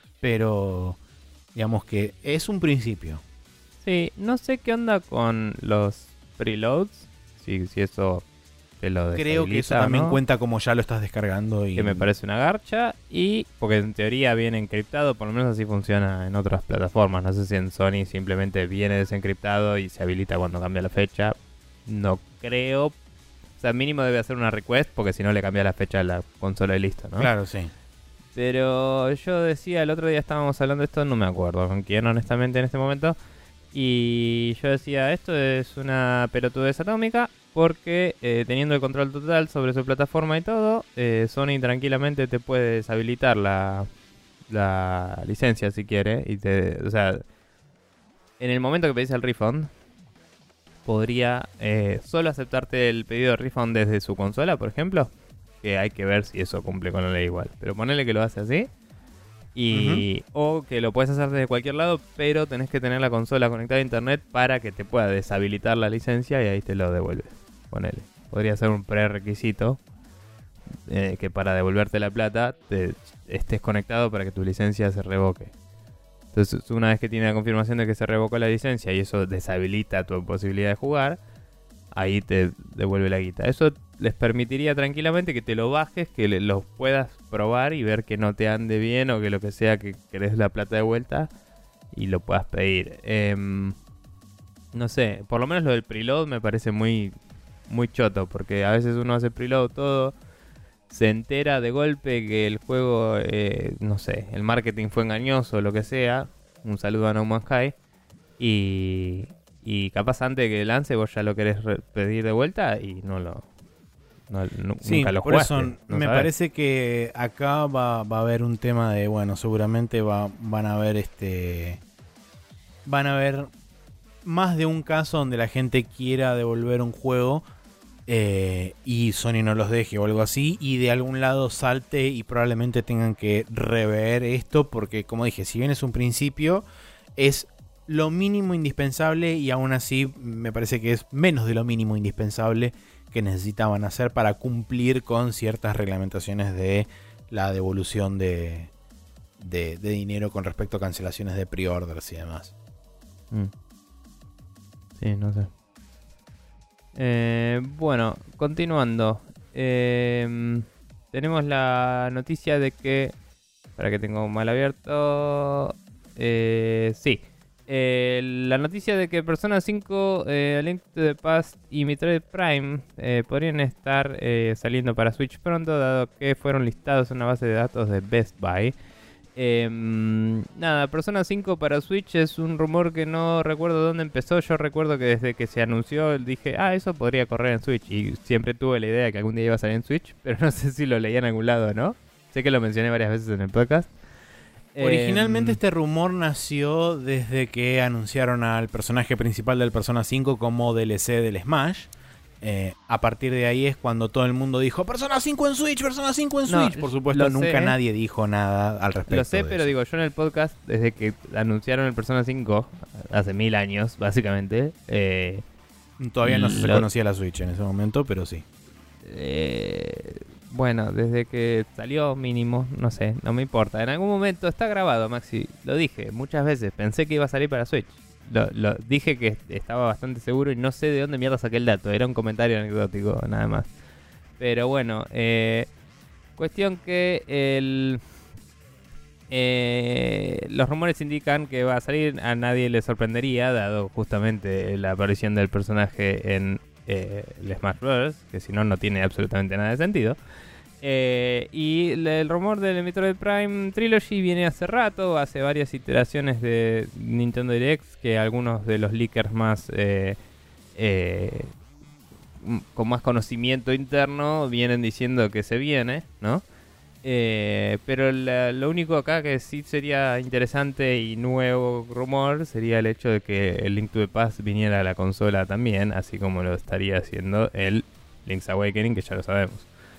pero digamos que es un principio. Sí, no sé qué onda con los preloads, si, si eso te lo deshabilita. Creo que eso también, ¿no?, cuenta como ya lo estás descargando. Y... que me parece una garcha, y porque en teoría viene encriptado, por lo menos así funciona en otras plataformas. No sé si en Sony simplemente viene desencriptado y se habilita cuando cambia la fecha. No creo. O sea, mínimo debe hacer una request, porque si no le cambia la fecha a la consola y listo, ¿no? Claro, sí. Pero yo decía, el otro día estábamos hablando de esto, no me acuerdo con quién honestamente en este momento. Y yo decía, esto es una pelotudez atómica porque eh, teniendo el control total sobre su plataforma y todo, eh, Sony tranquilamente te puede deshabilitar la, la licencia si quiere. Y te, o sea, en el momento que pedís el refund, podría eh, solo aceptarte el pedido de refund desde su consola, por ejemplo. Que hay que ver si eso cumple con la ley igual. Pero ponele que lo hace así. Y, uh-huh. O que lo puedes hacer desde cualquier lado, pero tenés que tener la consola conectada a internet para que te pueda deshabilitar la licencia y ahí te lo devuelves. Ponele. Podría ser un prerequisito eh, que para devolverte la plata te estés conectado para que tu licencia se revoque. Entonces, una vez que tiene la confirmación de que se revocó la licencia y eso deshabilita tu posibilidad de jugar, ahí te devuelve la guita. Eso les permitiría tranquilamente que te lo bajes, que le, los puedas probar y ver que no te ande bien o que lo que sea, que querés la plata de vuelta y lo puedas pedir. Eh, no sé, por lo menos lo del preload me parece muy, muy choto, porque a veces uno hace preload todo, se entera de golpe que el juego, eh, no sé, el marketing fue engañoso o lo que sea. Un saludo a No Man's Sky. Y... Y capaz antes de que lance vos ya lo querés re- pedir de vuelta y no lo... No, no, sí, nunca lo por jugaste, eso no me sabés. parece que acá va, va a haber un tema de, bueno, seguramente va, van a haber este... Van a haber más de un caso donde la gente quiera devolver un juego eh, y Sony no los deje o algo así, y de algún lado salte y probablemente tengan que rever esto, porque como dije, si bien es un principio, es... lo mínimo indispensable, y aún así me parece que es menos de lo mínimo indispensable que necesitaban hacer para cumplir con ciertas reglamentaciones de la devolución de, de, de dinero con respecto a cancelaciones de pre-orders y demás. Mm. Sí, no sé. Eh, bueno, continuando. Eh, tenemos la noticia de que... Para que tengo mal abierto... Eh, sí. Eh, la noticia de que Persona cinco, eh, A Link to the Past y Metroid Prime eh, podrían estar eh, saliendo para Switch pronto, dado que fueron listados en una base de datos de Best Buy. Eh, nada, Persona cinco para Switch es un rumor que no recuerdo dónde empezó. Yo recuerdo que desde que se anunció dije, ah, eso podría correr en Switch. Y siempre tuve la idea de que algún día iba a salir en Switch, pero no sé si lo leía en algún lado o no. Sé que lo mencioné varias veces en el podcast. Originalmente Eh, este rumor nació desde que anunciaron al personaje principal del Persona cinco como D L C del Smash. Eh, a partir de ahí es cuando todo el mundo dijo Persona cinco en Switch, Persona cinco en No, Switch. Por supuesto, lo nunca sé. nadie dijo nada al respecto. Lo sé, de pero eso. digo, yo en el podcast, desde que anunciaron el Persona cinco, hace mil años, básicamente, eh, Todavía no se lo- conocía la Switch en ese momento, pero sí. eh, bueno, desde que salió mínimo, no sé, no me importa. En algún momento está grabado, Maxi, lo dije muchas veces, pensé que iba a salir para Switch. Lo, lo- dije que estaba bastante seguro y no sé de dónde mierda saqué el dato, era un comentario anecdótico, nada más. Pero bueno, eh, cuestión que el... Eh, los rumores indican que va a salir, a nadie le sorprendería, dado justamente la aparición del personaje en eh, el Smash Bros., que si no, no tiene absolutamente nada de sentido. Eh, y le- el rumor del Metroid Prime Trilogy viene hace rato, hace varias iteraciones de Nintendo Direct, que algunos de los leakers más eh, eh, m- con más conocimiento interno vienen diciendo que se viene, ¿no? Eh, pero la- lo único acá que sí sería interesante y nuevo rumor sería el hecho de que el Link to the Past viniera a la consola también, así como lo estaría haciendo el Link's Awakening, que ya lo sabemos.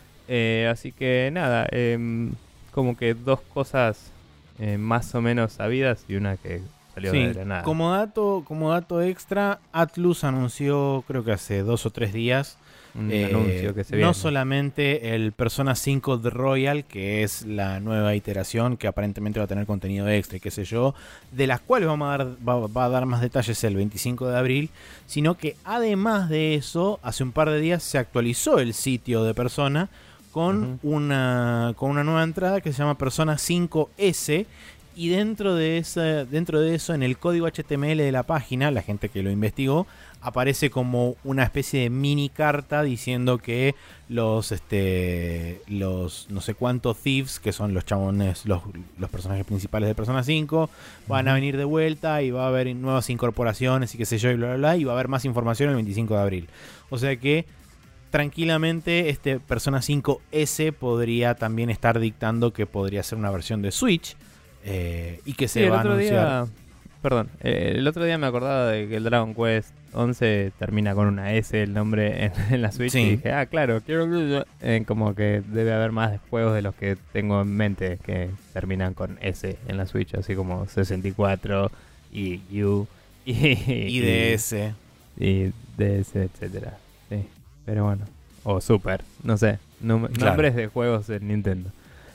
Eh, así que nada, em, como que dos cosas eh, más o menos sabidas y una que salió Sí, de la nada. como dato, como dato extra, Atlus anunció, creo que hace dos o tres días, Un eh, anuncio que se no viene. solamente el Persona cinco The Royal, que es la nueva iteración que aparentemente va a tener contenido extra y qué sé yo, de las cuales vamos a dar, va, va a dar más detalles el veinticinco de abril, sino que además de eso, hace un par de días se actualizó el sitio de Persona con, Ujú. una, con una nueva entrada que se llama Persona cinco ese. Y dentro de, esa, dentro de eso, en el código H T M L de la página, la gente que lo investigó, aparece como una especie de mini carta diciendo que los, este, los no sé cuántos thieves, que son los chabones, los, los personajes principales de Persona cinco, van a Ujú. venir de vuelta y va a haber nuevas incorporaciones y qué sé yo, y bla, bla, bla, y va a haber más información el veinticinco de abril. O sea que tranquilamente este Persona cinco ese podría también estar dictando que podría ser una versión de Switch. Eh, y que Sí, se el va a otro anunciar. día, perdón, eh, el otro día me acordaba de que el Dragon Quest once termina con una S el nombre en, en la Switch Sí. y dije, ah, claro, quiero eh, como que debe haber más juegos de los que tengo en mente que terminan con S en la Switch, así como sesenta y cuatro y U y, Y D S. y D S, etcétera. Sí, pero bueno, o Super, no sé, nom- Claro. nombres de juegos en Nintendo.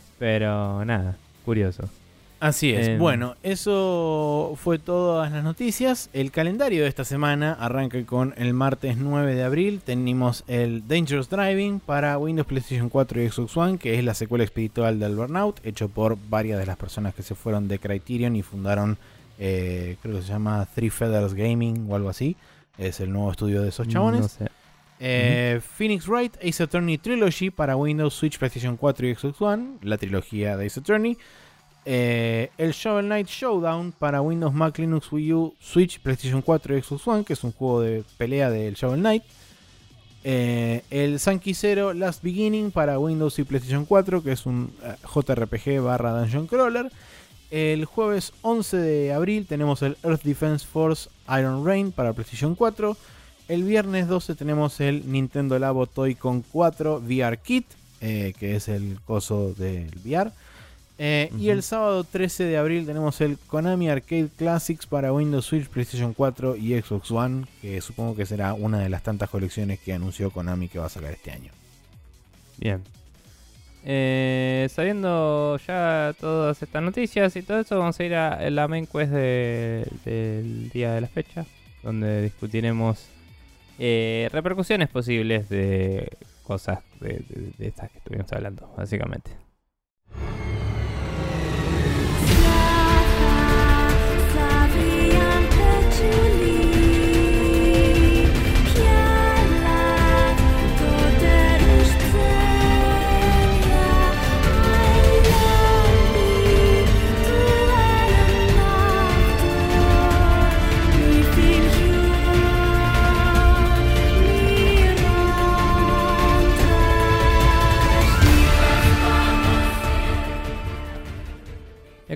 Pero nada, curioso. Así es. Em. Bueno, eso fue todas las noticias. El calendario de esta semana arranca con el martes nueve de abril. Tenemos el Dangerous Driving para Windows, PlayStation cuatro y Xbox One, que es la secuela espiritual del Burnout, hecho por varias de las personas que se fueron de Criterion y fundaron, eh, creo que se llama Three Feathers Gaming o algo así. Es el nuevo estudio de esos chabones. No sé. Eh, Phoenix Wright Ace Attorney Trilogy para Windows, Switch, PlayStation cuatro y Xbox One, la trilogía de Ace Attorney. Eh, el Shovel Knight Showdown para Windows, Mac, Linux, Wii U, Switch, PlayStation cuatro y Xbox One, que es un juego de pelea del Shovel Knight. Eh, el Sankey Zero Last Beginning para Windows y PlayStation cuatro, que es un eh, J R P G barra Dungeon Crawler. El jueves once de abril tenemos el Earth Defense Force Iron Rain para PlayStation cuatro. El viernes doce tenemos el Nintendo Labo Toy-Con cuatro V R Kit, eh, que es el coso del V R. Eh, Uh-huh. Y el sábado trece de abril tenemos el Konami Arcade Classics para Windows, Switch, PlayStation cuatro y Xbox One, que supongo que será una de las tantas colecciones que anunció Konami que va a sacar este año. Bien. Eh, sabiendo ya todas estas noticias y todo eso, vamos a ir a la main quest de- del día de la fecha, donde discutiremos eh, repercusiones posibles de cosas de, de- de estas que estuvimos hablando, básicamente. Thank you.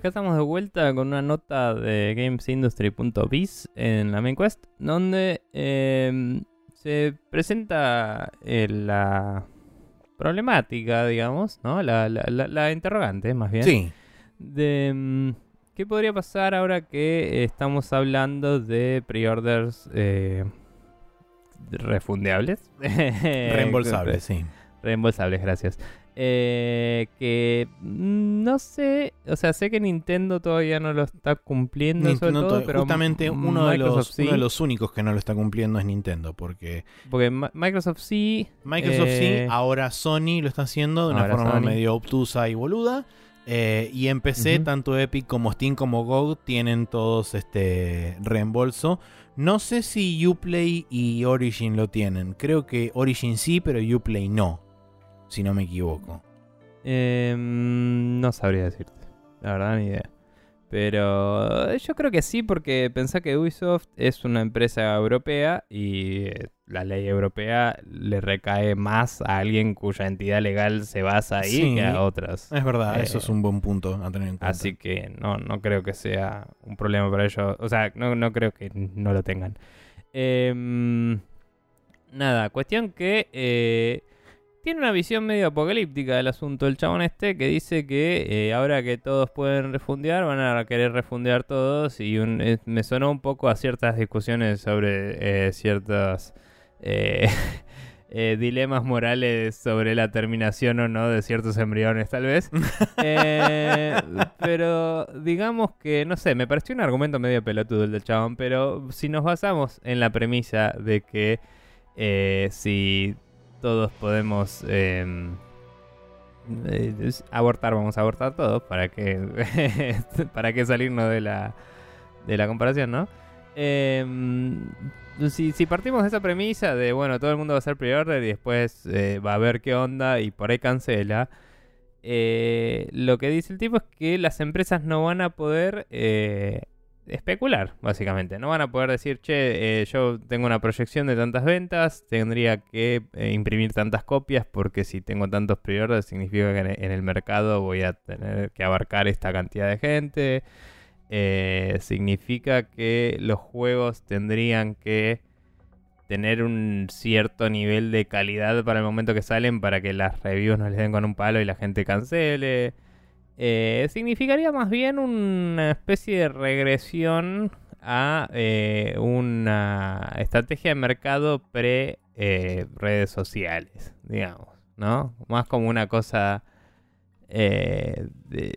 acá estamos de vuelta con una nota de gamesindustry punto biz en la main quest, donde eh, se presenta eh, la problemática, digamos, ¿no? La, la, la, la interrogante, más bien. Sí. De um, qué podría pasar ahora que estamos hablando de pre-orders eh, refundeables. Reembolsables, sí. Reembolsables, gracias. Eh, que no sé, o sea, sé que Nintendo todavía no lo está cumpliendo, Nintendo sobre todo, to- pero justamente uno de, Microsoft los, sí, uno de los únicos que no lo está cumpliendo es Nintendo, porque porque Ma- Microsoft sí, Microsoft eh, sí, ahora Sony lo está haciendo de una ahora forma Sony. medio obtusa y boluda. Eh, y en P C, Ujú. tanto Epic como Steam como G O G tienen todos este reembolso. No sé si Uplay y Origin lo tienen. Creo que Origin sí, pero Uplay no, si no me equivoco. Eh, no sabría decirte, la verdad, ni idea. Pero yo creo que sí, porque pensá que Ubisoft es una empresa europea y eh, la ley europea le recae más a alguien cuya entidad legal se basa ahí Sí, que a otras. Es verdad, Eh, eso es un buen punto a tener en cuenta. Así que no, no creo que sea un problema para ellos. O sea, no, no creo que no lo tengan. Eh, nada, cuestión que eh, tiene una visión medio apocalíptica del asunto el chabón este, que dice que eh, ahora que todos pueden refundear, van a querer refundear todos. Y un, eh, me sonó un poco a ciertas discusiones sobre eh, ciertos eh, eh, dilemas morales sobre la terminación o no de ciertos embriones, tal vez. Eh, pero digamos que, no sé, me pareció un argumento medio pelotudo el del chabón, pero si nos basamos en la premisa de que eh, si todos podemos eh, eh, abortar, vamos a abortar todos, ¿para qué, para qué salirnos de la, de la comparación, ¿no? Eh, si, si partimos de esa premisa de, bueno, todo el mundo va a hacer pre-order y después eh, va a ver qué onda y por ahí cancela, eh, lo que dice el tipo es que las empresas no van a poder eh, especular, básicamente. No van a poder decir, che, eh, yo tengo una proyección de tantas ventas, tendría que eh, imprimir tantas copias porque si tengo tantos pre-orders significa que en el, en el mercado voy a tener que abarcar esta cantidad de gente. Eh, significa que los juegos tendrían que tener un cierto nivel de calidad para el momento que salen para que las reviews no les den con un palo y la gente cancele. Eh, significaría más bien una especie de regresión a eh, una estrategia de mercado pre eh, redes sociales, digamos, ¿no? Más como una cosa eh, de,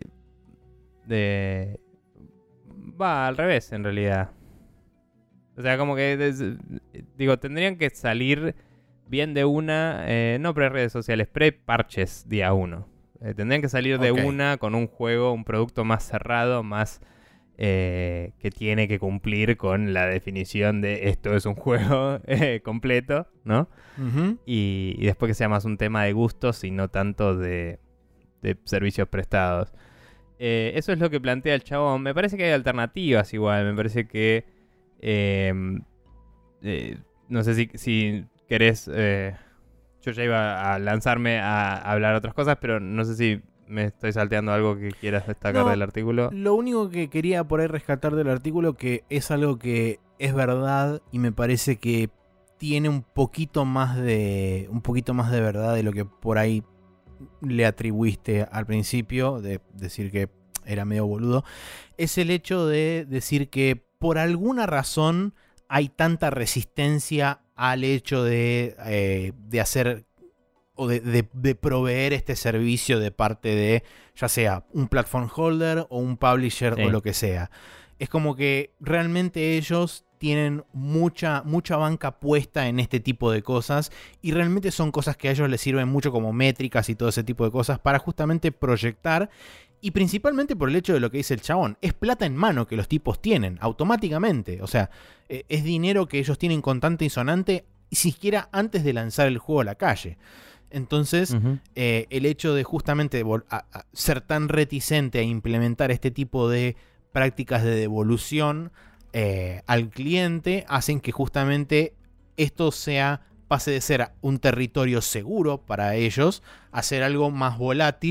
de... Va al revés, en realidad. O sea, como que... Des, digo, tendrían que salir bien de una... Eh, no pre-redes sociales, pre-parches día uno. Eh, tendrían que salir de Ok. una con un juego, un producto más cerrado, más... Eh, que tiene que cumplir con la definición de esto es un juego eh, completo, ¿no? Ujú. Y, y después que sea más un tema de gustos y no tanto de, de servicios prestados. Eh, eso es lo que plantea el chabón. Me parece que hay alternativas igual. Me parece que... Eh, eh, no sé si, si querés... Eh, yo ya iba a lanzarme a hablar otras cosas, pero no sé si me estoy salteando algo que quieras destacar No, del artículo. Lo único que quería por ahí rescatar del artículo, que es algo que es verdad y me parece que tiene un poquito más de un poquito más de verdad de lo que por ahí le atribuiste al principio, de decir que era medio boludo, es el hecho de decir que por alguna razón hay tanta resistencia al hecho de, eh, de hacer o de, de, de proveer este servicio de parte de ya sea un platform holder o un publisher Sí. o lo que sea. Es como que realmente ellos tienen mucha, mucha banca puesta en este tipo de cosas y realmente son cosas que a ellos les sirven mucho como métricas y todo ese tipo de cosas para justamente proyectar, y principalmente por el hecho de lo que dice el chabón. Es plata en mano que los tipos tienen automáticamente. O sea, eh, es dinero que ellos tienen contante y sonante siquiera antes de lanzar el juego a la calle. Entonces, Uh-huh. eh, el hecho de justamente vol- a- a ser tan reticente a implementar este tipo de prácticas de devolución eh, al cliente hacen que justamente esto sea pase de ser un territorio seguro para ellos a ser algo más volátil,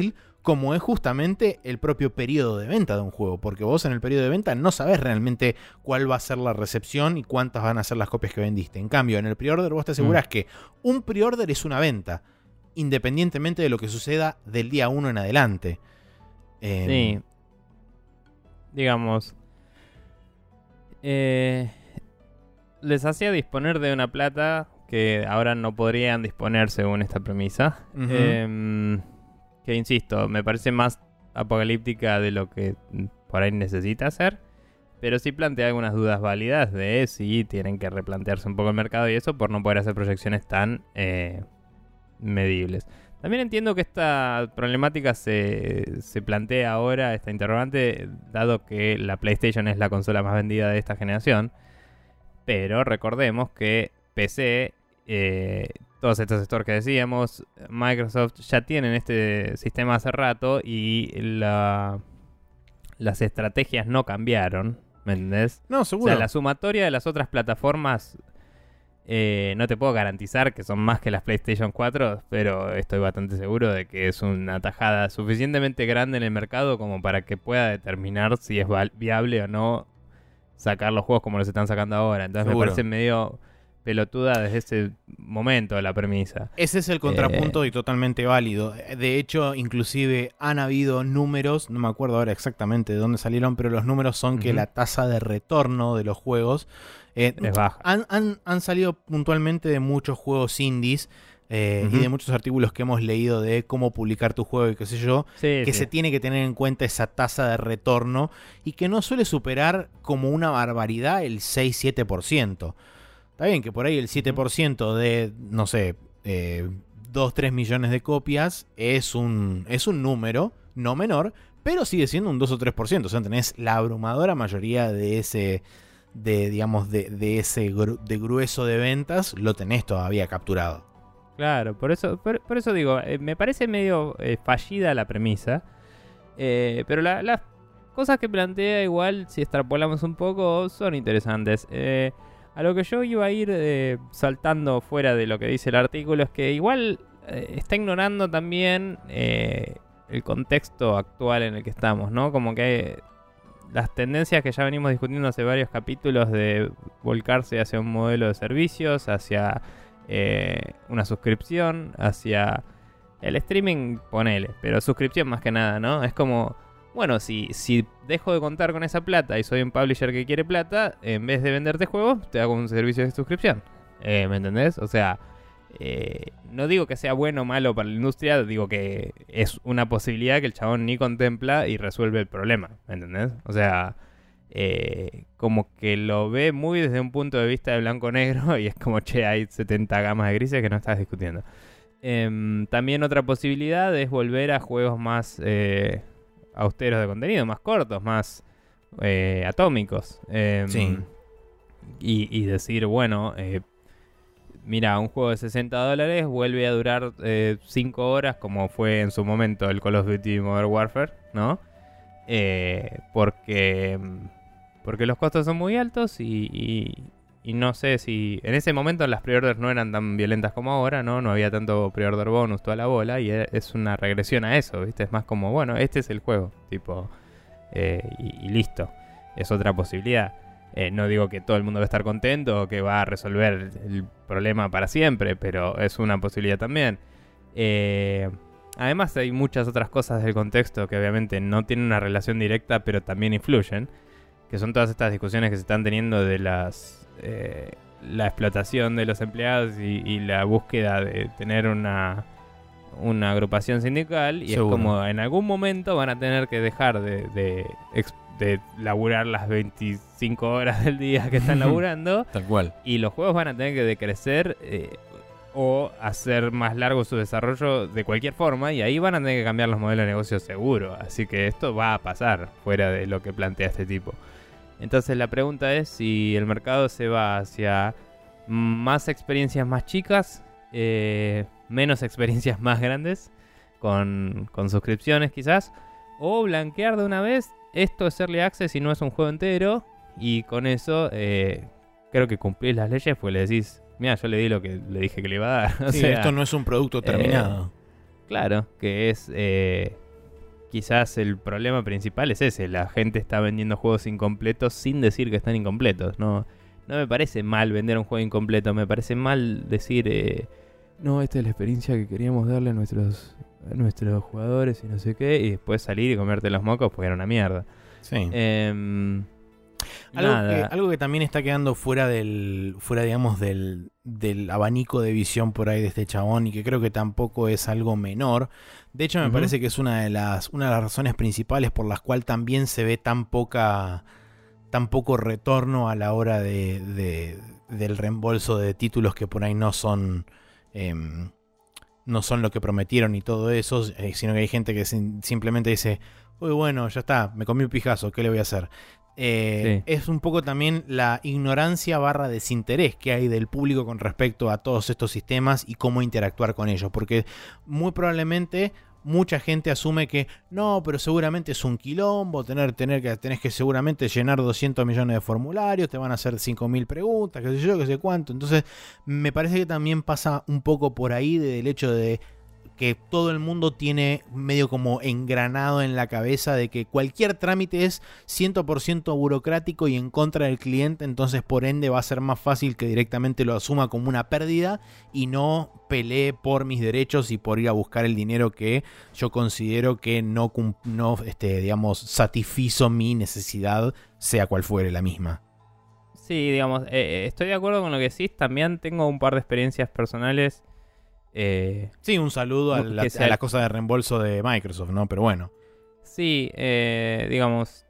como es justamente el propio periodo de venta de un juego, porque vos en el periodo de venta no sabés realmente cuál va a ser la recepción y cuántas van a ser las copias que vendiste. En cambio, en el pre-order vos te asegurás mm. que un pre-order es una venta, independientemente de lo que suceda del día uno en adelante. Eh, sí. Digamos, eh, les hacía disponer de una plata que ahora no podrían disponer según esta premisa. Uh-huh. Eh, que insisto, me parece más apocalíptica de lo que por ahí necesita hacer. Pero sí plantea algunas dudas válidas de si tienen que replantearse un poco el mercado y eso por no poder hacer proyecciones tan eh, medibles. También entiendo que esta problemática se, se plantea ahora, esta interrogante, dado que la PlayStation es la consola más vendida de esta generación. Pero recordemos que P C, eh, todos estos stores que decíamos, Microsoft ya tienen este sistema hace rato y la, las estrategias no cambiaron, ¿me entendés? No, seguro. O sea, la sumatoria de las otras plataformas, eh, no te puedo garantizar que son más que las PlayStation cuatro, pero estoy bastante seguro de que es una tajada suficientemente grande en el mercado como para que pueda determinar si es viable o no sacar los juegos como los están sacando ahora. Entonces seguro. Me parece medio pelotuda desde ese momento la premisa. Ese es el contrapunto eh, y totalmente válido. De hecho, inclusive han habido números, no me acuerdo ahora exactamente de dónde salieron, pero los números son uh-huh. que la tasa de retorno de los juegos eh, es baja. Han, han, han salido puntualmente de muchos juegos indies eh, uh-huh. y de muchos artículos que hemos leído de cómo publicar tu juego y qué sé yo, sí, que sí. se tiene que tener en cuenta esa tasa de retorno y que no suele superar como una barbaridad el seis a siete por ciento. Está bien que por ahí el siete por ciento de, no sé, eh, dos a tres millones de copias es un, es un número no menor, pero sigue siendo un dos o tres por ciento. O sea, tenés la abrumadora mayoría de ese, de, digamos, de, de ese gru- de grueso de ventas, lo tenés todavía capturado. Claro, por eso, por, por eso digo, eh, me parece medio eh, fallida la premisa, eh, pero la, las cosas que plantea igual, si extrapolamos un poco, son interesantes. Eh... A lo que yo iba a ir eh, saltando fuera de lo que dice el artículo es que igual eh, está ignorando también eh, el contexto actual en el que estamos, ¿no? Como que las tendencias que ya venimos discutiendo hace varios capítulos de volcarse hacia un modelo de servicios, hacia eh, una suscripción, hacia el streaming, ponele, pero suscripción más que nada, ¿no? Es como... Bueno, si, si dejo de contar con esa plata y soy un publisher que quiere plata, en vez de venderte juegos, te hago un servicio de suscripción. Eh, ¿Me entendés? O sea, eh, no digo que sea bueno o malo para la industria, digo que es una posibilidad que el chabón ni contempla y resuelve el problema. ¿Me entendés? O sea, eh, como que lo ve muy desde un punto de vista de blanco-negro y es como, che, hay setenta gamas de grises que no estás discutiendo. Eh, también otra posibilidad es volver a juegos más... Eh, austeros de contenido, más cortos, más eh, atómicos. Eh, sí. Y, y decir, bueno, eh, mira, un juego de sesenta dólares vuelve a durar cinco eh, horas, como fue en su momento el Call of Duty Modern Warfare, ¿no? Eh, porque, porque los costos son muy altos y, y, y no sé si... En ese momento las pre-orders no eran tan violentas como ahora, ¿no? No había tanto pre-order bonus, toda la bola, y es una regresión a eso, ¿viste? Es más como, bueno, este es el juego, tipo, eh, y, y listo. Es otra posibilidad. Eh, no digo que todo el mundo va a estar contento o que va a resolver el problema para siempre, pero es una posibilidad también. Eh, además hay muchas otras cosas del contexto que obviamente no tienen una relación directa, pero también influyen, que son todas estas discusiones que se están teniendo de las... Eh, la explotación de los empleados y, y la búsqueda de tener una, una agrupación sindical y seguro. Es como en algún momento van a tener que dejar de, de, de laburar las veinticinco horas del día que están laburando. Tal cual. Y los juegos van a tener que decrecer eh, o hacer más largo su desarrollo de cualquier forma y ahí van a tener que cambiar los modelos de negocio seguro. Así que esto va a pasar fuera de lo que plantea este tipo. Entonces la pregunta es si el mercado se va hacia más experiencias más chicas, eh, menos experiencias más grandes, con, con suscripciones quizás, o blanquear de una vez, esto es Early Access y no es un juego entero, y con eso eh, creo que cumplís las leyes, pues le decís, mira, yo le di lo que le dije que le iba a dar. O sí, sea, esto no es un producto terminado. Eh, claro, que es... Eh, quizás el problema principal es ese. La gente está vendiendo juegos incompletos sin decir que están incompletos. No, no me parece mal vender un juego incompleto. Me parece mal decir, eh, no, esta es la experiencia que queríamos darle a nuestros, a nuestros jugadores y no sé qué. Y después salir y comerte los mocos porque era una mierda. Sí. Eh, Algo que, algo que también está quedando fuera del, fuera digamos, del, del abanico de visión por ahí de este chabón y que creo que tampoco es algo menor. De hecho, me uh-huh. parece que es una de las, una de las razones principales por las cuales también se ve tan poca, tan poco retorno a la hora de, de, del reembolso de títulos que por ahí no son, eh, no son lo que prometieron y todo eso, eh, sino que hay gente que sin, simplemente dice, uy, bueno, ya está, me comí un pijazo, ¿qué le voy a hacer? Eh, sí. Es un poco también la ignorancia barra desinterés que hay del público con respecto a todos estos sistemas y cómo interactuar con ellos, porque muy probablemente mucha gente asume que no, pero seguramente es un quilombo, tener, tener que, tenés que seguramente llenar doscientos millones de formularios, te van a hacer cinco mil preguntas, qué sé yo, qué sé cuánto. Entonces me parece que también pasa un poco por ahí del hecho de que todo el mundo tiene medio como engranado en la cabeza de que cualquier trámite es cien por ciento burocrático y en contra del cliente, entonces por ende va a ser más fácil que directamente lo asuma como una pérdida y no pelee por mis derechos y por ir a buscar el dinero que yo considero que no, no este, digamos, satisfizo mi necesidad, sea cual fuere la misma. Sí, digamos, eh, estoy de acuerdo con lo que decís, también tengo un par de experiencias personales. Eh, sí, un saludo a la, a la cosa de reembolso de Microsoft, ¿no? Pero bueno. Sí, eh, digamos,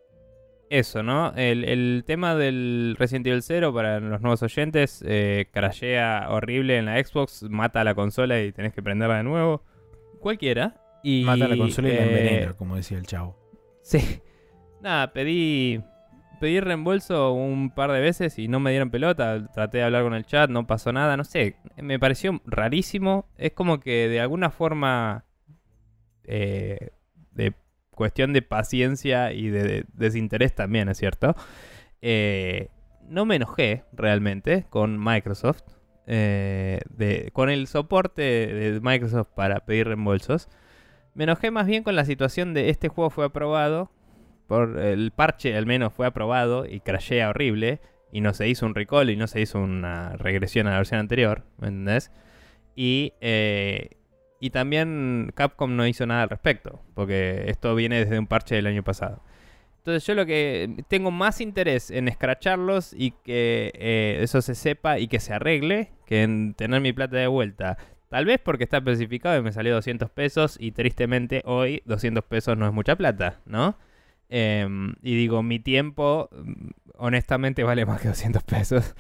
eso, ¿no? El, el tema del Resident Evil cero para los nuevos oyentes, eh, crashea horrible en la Xbox, mata a la consola y tenés que prenderla de nuevo. Cualquiera. Y, mata a la consola y eh, la envenena, como decía el chavo. Sí. Nada, pedí... Pedí reembolso un par de veces y no me dieron pelota. Traté de hablar con el chat, no pasó nada. No sé, me pareció rarísimo. Es como que de alguna forma, eh, de cuestión de paciencia y de, de desinterés también, ¿es cierto? Eh, no me enojé realmente con Microsoft, eh, de, con el soporte de Microsoft para pedir reembolsos. Me enojé más bien con la situación de este juego fue aprobado. Por el parche al menos fue aprobado y crashea horrible y no se hizo un recall y no se hizo una regresión a la versión anterior, ¿me entendés? Y, eh, y también Capcom no hizo nada al respecto, porque esto viene desde un parche del año pasado. Entonces yo lo que tengo más interés en escracharlos y que eh, eso se sepa y que se arregle que en tener mi plata de vuelta. Tal vez porque está especificado y me salió doscientos pesos y tristemente hoy doscientos pesos no es mucha plata, ¿no? Eh, y digo, mi tiempo honestamente vale más que doscientos pesos.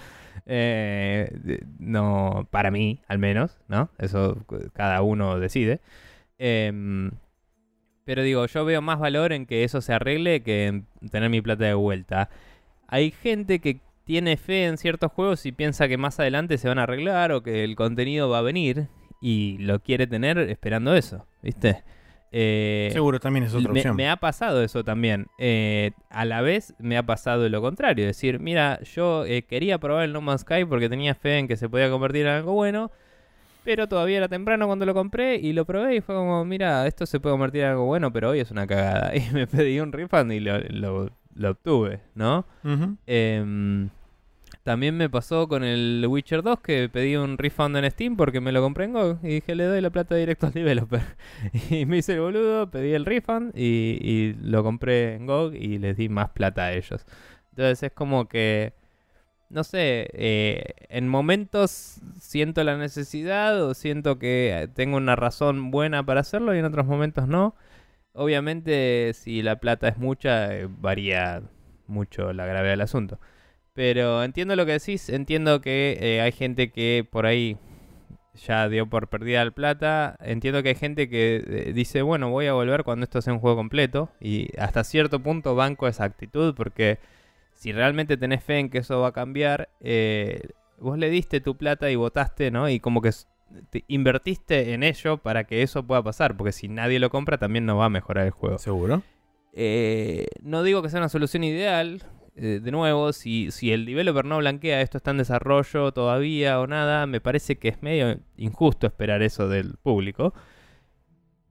Eh, no, para mí, al menos, ¿no? Eso cada uno decide. Eh, pero digo, yo veo más valor en que eso se arregle que en tener mi plata de vuelta. Hay gente que tiene fe en ciertos juegos y piensa que más adelante se van a arreglar o que el contenido va a venir y lo quiere tener esperando eso, ¿viste? Eh, Seguro, también es otra me, opción. Me ha pasado eso también. Eh, a la vez me ha pasado lo contrario. Es decir, mira, yo eh, quería probar el No Man's Sky porque tenía fe en que se podía convertir en algo bueno, pero todavía era temprano cuando lo compré y lo probé y fue como, mira, esto se puede convertir en algo bueno, pero hoy es una cagada. Y me pedí un refund y lo, lo, lo obtuve, ¿no? Uh-huh. Eh, También me pasó con el Witcher dos que pedí un refund en Steam porque me lo compré en G O G y dije le doy la plata directo al developer. Y me hice el boludo, pedí el refund y, y lo compré en G O G y les di más plata a ellos. Entonces es como que, no sé, eh, en momentos siento la necesidad o siento que tengo una razón buena para hacerlo y en otros momentos no. Obviamente si la plata es mucha, eh, varía mucho la gravedad del asunto. Pero entiendo lo que decís, entiendo que eh, hay gente que por ahí ya dio por perdida la plata, entiendo que hay gente que eh, dice, bueno, voy a volver cuando esto sea un juego completo, y hasta cierto punto banco esa actitud, porque si realmente tenés fe en que eso va a cambiar, eh, vos le diste tu plata y votaste, ¿no? Y como que te invertiste en ello para que eso pueda pasar, porque si nadie lo compra también no va a mejorar el juego. ¿Seguro? Eh, no digo que sea una solución ideal. Eh, de nuevo, si, si el developer no blanquea esto está en desarrollo todavía o nada, me parece que es medio injusto esperar eso del público.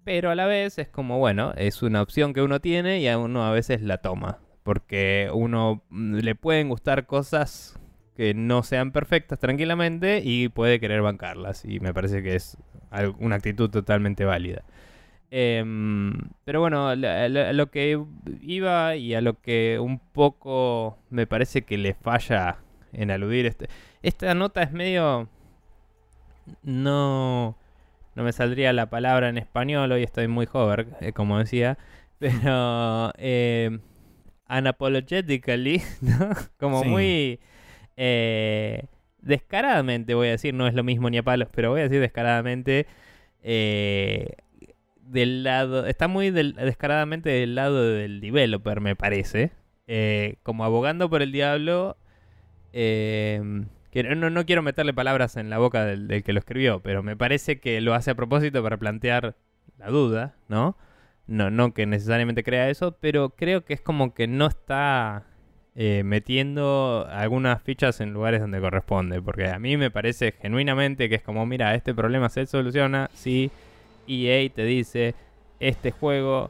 Pero a la vez es como, bueno, es una opción que uno tiene y a uno a veces la toma. Porque uno mm, le pueden gustar cosas que no sean perfectas tranquilamente y puede querer bancarlas. Y me parece que es al- una actitud totalmente válida. Em, pero bueno, a la- a la- a lo que iba y a lo que un poco me parece que le falla en aludir. Este, esta nota es medio... No... No me saldría la palabra en español, hoy estoy muy hover, eh, como decía, pero eh, unapologetically, ¿no? Como Sí. muy eh, descaradamente, voy a decir, no es lo mismo ni a palos, pero voy a decir descaradamente, eh, del lado, está muy del- descaradamente del lado del developer, me parece, eh, como abogando por el diablo. Eh, que no, no quiero meterle palabras en la boca del, del que lo escribió, pero me parece que lo hace a propósito para plantear la duda, ¿no? No, no que necesariamente crea eso, pero creo que es como que no está eh, metiendo algunas fichas en lugares donde corresponde, porque a mí me parece genuinamente que es como, mira, este problema se soluciona si E A te dice, este juego...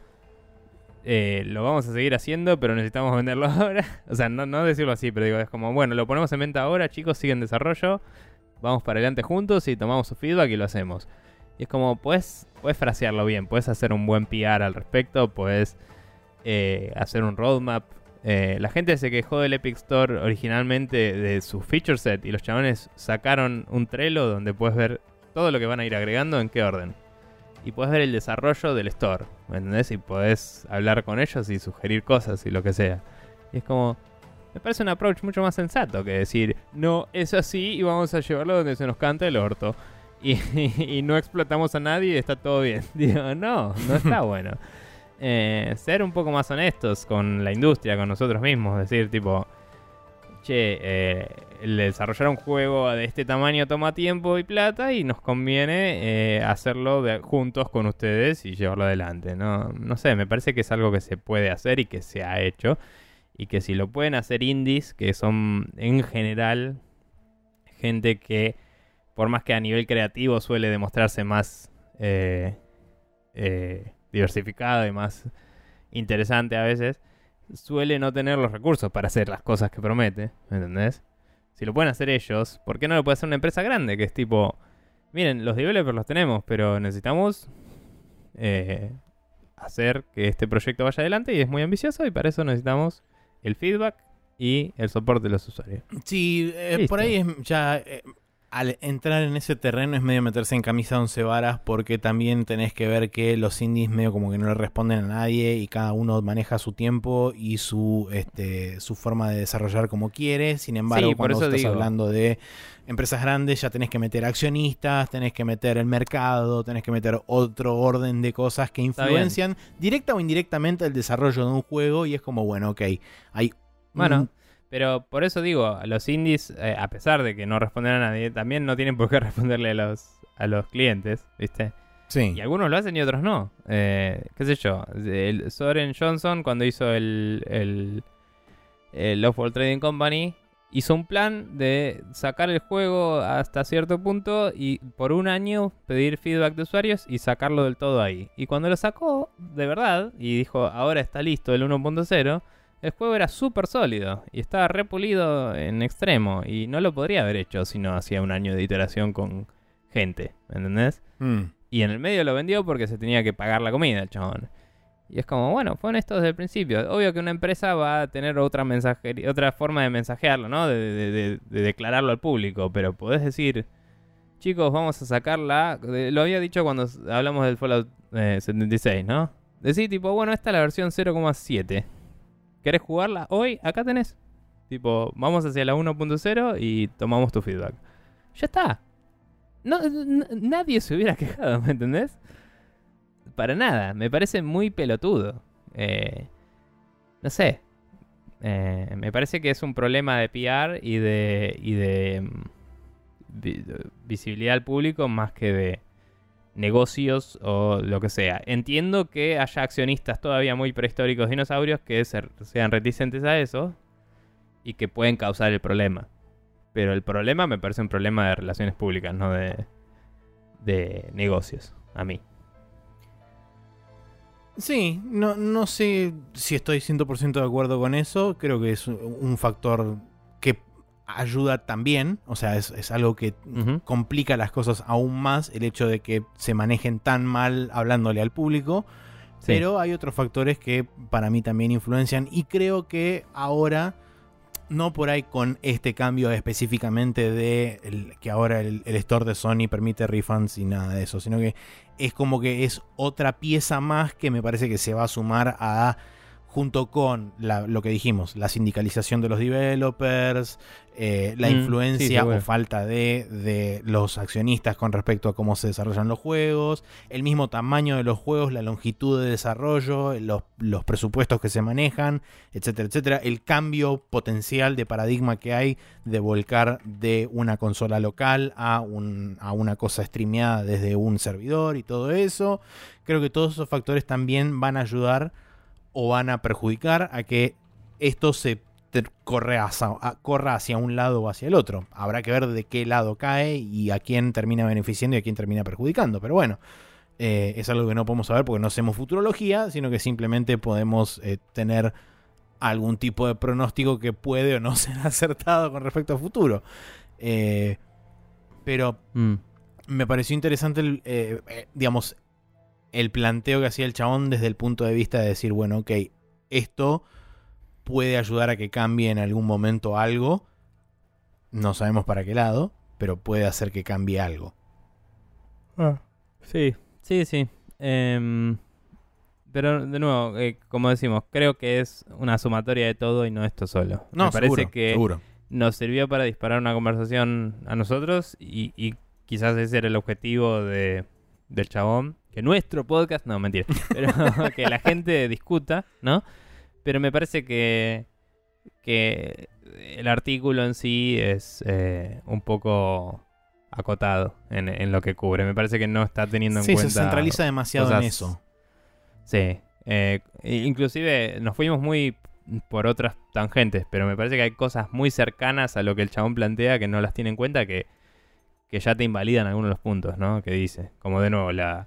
Eh, lo vamos a seguir haciendo, pero necesitamos venderlo ahora. O sea, no, no decirlo así, pero digo, es como, bueno, lo ponemos en venta ahora, chicos, sigue en desarrollo, vamos para adelante juntos y tomamos su feedback y lo hacemos. Y es como, puedes, puedes frasearlo bien, puedes hacer un buen P R al respecto, puedes eh, hacer un roadmap. Eh, la gente se quejó del Epic Store originalmente de su feature set y los chabones sacaron un Trello donde puedes ver todo lo que van a ir agregando en qué orden. Y puedes ver el desarrollo del store, ¿me entendés? Y podés hablar con ellos y sugerir cosas y lo que sea. Y es como... Me parece un approach mucho más sensato que decir, no, es así y vamos a llevarlo donde se nos canta el orto. Y, y, y no explotamos a nadie y está todo bien. Digo, no, no está bueno. Eh, ser un poco más honestos con la industria, con nosotros mismos. Decir, tipo... Che, eh, el desarrollar un juego de este tamaño toma tiempo y plata y nos conviene eh, hacerlo de, juntos con ustedes y llevarlo adelante. No, no sé, me parece que es algo que se puede hacer y que se ha hecho. Y que si lo pueden hacer indies, que son en general gente que, por más que a nivel creativo suele demostrarse más eh, eh, diversificado y más interesante a veces, suele no tener los recursos para hacer las cosas que promete, ¿me entendés? Si lo pueden hacer ellos, ¿por qué no lo puede hacer una empresa grande? Que es tipo, miren, los developers los tenemos, pero necesitamos eh, hacer que este proyecto vaya adelante y es muy ambicioso y para eso necesitamos el feedback y el soporte de los usuarios. Sí, eh, Listo. por ahí es ya... eh, al entrar en ese terreno es medio meterse en camisa de once varas, porque también tenés que ver que los indies medio como que no le responden a nadie y cada uno maneja su tiempo y su este su forma de desarrollar como quiere. Sin embargo, Sí, por cuando eso estás digo. hablando de empresas grandes ya tenés que meter accionistas, tenés que meter el mercado, tenés que meter otro orden de cosas que Está influencian directa o indirectamente el desarrollo de un juego y es como, bueno, ok, hay... Bueno, un- pero por eso digo, los indies, eh, a pesar de que no responden a nadie, también no tienen por qué responderle a los, a los clientes, ¿viste? sí. Y algunos lo hacen y otros no. Eh, ¿Qué sé yo? El Soren Johnson, cuando hizo el, el, el Love World Trading Company, hizo un plan de sacar el juego hasta cierto punto y por un año pedir feedback de usuarios y sacarlo del todo ahí. Y cuando lo sacó, de verdad, y dijo, ahora está listo el uno punto cero, el juego era súper sólido y estaba repulido en extremo. Y no lo podría haber hecho si no hacía un año de iteración con gente, ¿me entendés? Mm. Y en el medio lo vendió porque se tenía que pagar la comida el chabón. Y es como, bueno, fue honesto desde el principio. Obvio que una empresa va a tener otra mensajería, otra forma de mensajearlo, ¿no? De, de, de, de declararlo al público. Pero podés decir, chicos, vamos a sacarla. de- Lo había dicho cuando s- hablamos del Fallout eh, setenta y seis, ¿no? Decir, tipo, bueno, esta es la versión cero coma siete. ¿Querés jugarla hoy? Acá tenés. Tipo, vamos hacia la uno punto cero y tomamos tu feedback. Ya está. No, n- nadie se hubiera quejado, ¿me entendés? Para nada. Me parece muy pelotudo. Eh, no sé. Eh, me parece que es un problema de P R y de, y de mm, vi- visibilidad al público más que de negocios o lo que sea. Entiendo que haya accionistas todavía muy prehistóricos dinosaurios que se- sean reticentes a eso y que pueden causar el problema. Pero el problema me parece un problema de relaciones públicas, no de, de negocios, a mí. Sí, no, no sé si estoy cien por ciento de acuerdo con eso. Creo que es un factor que ayuda también. O sea, es, es algo que uh-huh. complica las cosas aún más, el hecho de que se manejen tan mal hablándole al público. Sí. Pero hay otros factores que para mí también influencian. Y creo que ahora, no por ahí con este cambio específicamente de el, que ahora el, el store de Sony permite refunds y nada de eso, sino que es como que es otra pieza más que me parece que se va a sumar a, junto con la, lo que dijimos, la sindicalización de los developers, eh, la mm, influencia sí, o falta de, de los accionistas con respecto a cómo se desarrollan los juegos, el mismo tamaño de los juegos, la longitud de desarrollo, los, los presupuestos que se manejan, etcétera, etcétera, el cambio potencial de paradigma que hay de volcar de una consola local a, un, a una cosa streameada desde un servidor y todo eso. Creo que todos esos factores también van a ayudar o van a perjudicar a que esto se corre hacia, a, corra hacia un lado o hacia el otro. Habrá que ver de qué lado cae y a quién termina beneficiando y a quién termina perjudicando. Pero bueno, eh, es algo que no podemos saber porque no hacemos futurología, sino que simplemente podemos eh, tener algún tipo de pronóstico que puede o no ser acertado con respecto al futuro. Eh, pero mm. me pareció interesante, el, eh, eh, digamos, el planteo que hacía el chabón desde el punto de vista de decir, bueno, ok, esto puede ayudar a que cambie en algún momento algo. No sabemos para qué lado, pero puede hacer que cambie algo. Ah, sí, sí, sí. Eh, pero de nuevo, eh, como decimos, creo que es una sumatoria de todo y no esto solo. No, Me parece seguro, que seguro. Nos sirvió para disparar una conversación a nosotros y, y quizás ese era el objetivo de, del chabón. Que nuestro podcast, no, mentira, pero que la gente discuta, ¿no? Pero me parece que, que el artículo en sí es eh, un poco acotado en, en lo que cubre. Me parece que no está teniendo en sí, cuenta... Sí, se centraliza demasiado cosas, en eso. Sí, eh, inclusive nos fuimos muy por otras tangentes, pero me parece que hay cosas muy cercanas a lo que el chabón plantea que no las tiene en cuenta, que, que ya te invalidan algunos de los puntos, ¿no? Que dice, como de nuevo la...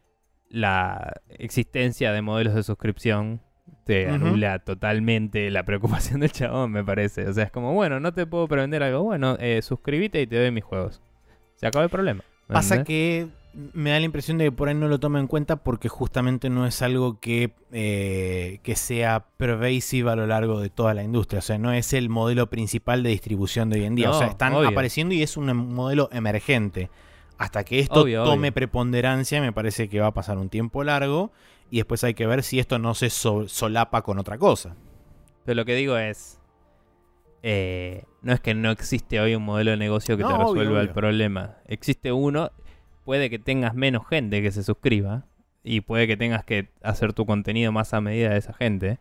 la existencia de modelos de suscripción te uh-huh. anula totalmente la preocupación del chabón, me parece. O sea, es como, bueno, no te puedo prevender algo. Bueno, eh, suscríbete y te doy mis juegos. Se acabó el problema. Pasa que me da la impresión de que por ahí no lo toma en cuenta porque justamente no es algo que, eh, que sea pervasive a lo largo de toda la industria. O sea, no es el modelo principal de distribución de hoy en día. No, o sea, están obvio. apareciendo y es un modelo emergente. Hasta que esto obvio, tome obvio. preponderancia, me parece que va a pasar un tiempo largo. Y después hay que ver si esto no se so- solapa con otra cosa. Pero lo que digo es... Eh, no es que no existe hoy un modelo de negocio que no, te resuelva obvio, el obvio. problema. Existe uno... Puede que tengas menos gente que se suscriba. Y puede que tengas que hacer tu contenido más a medida de esa gente.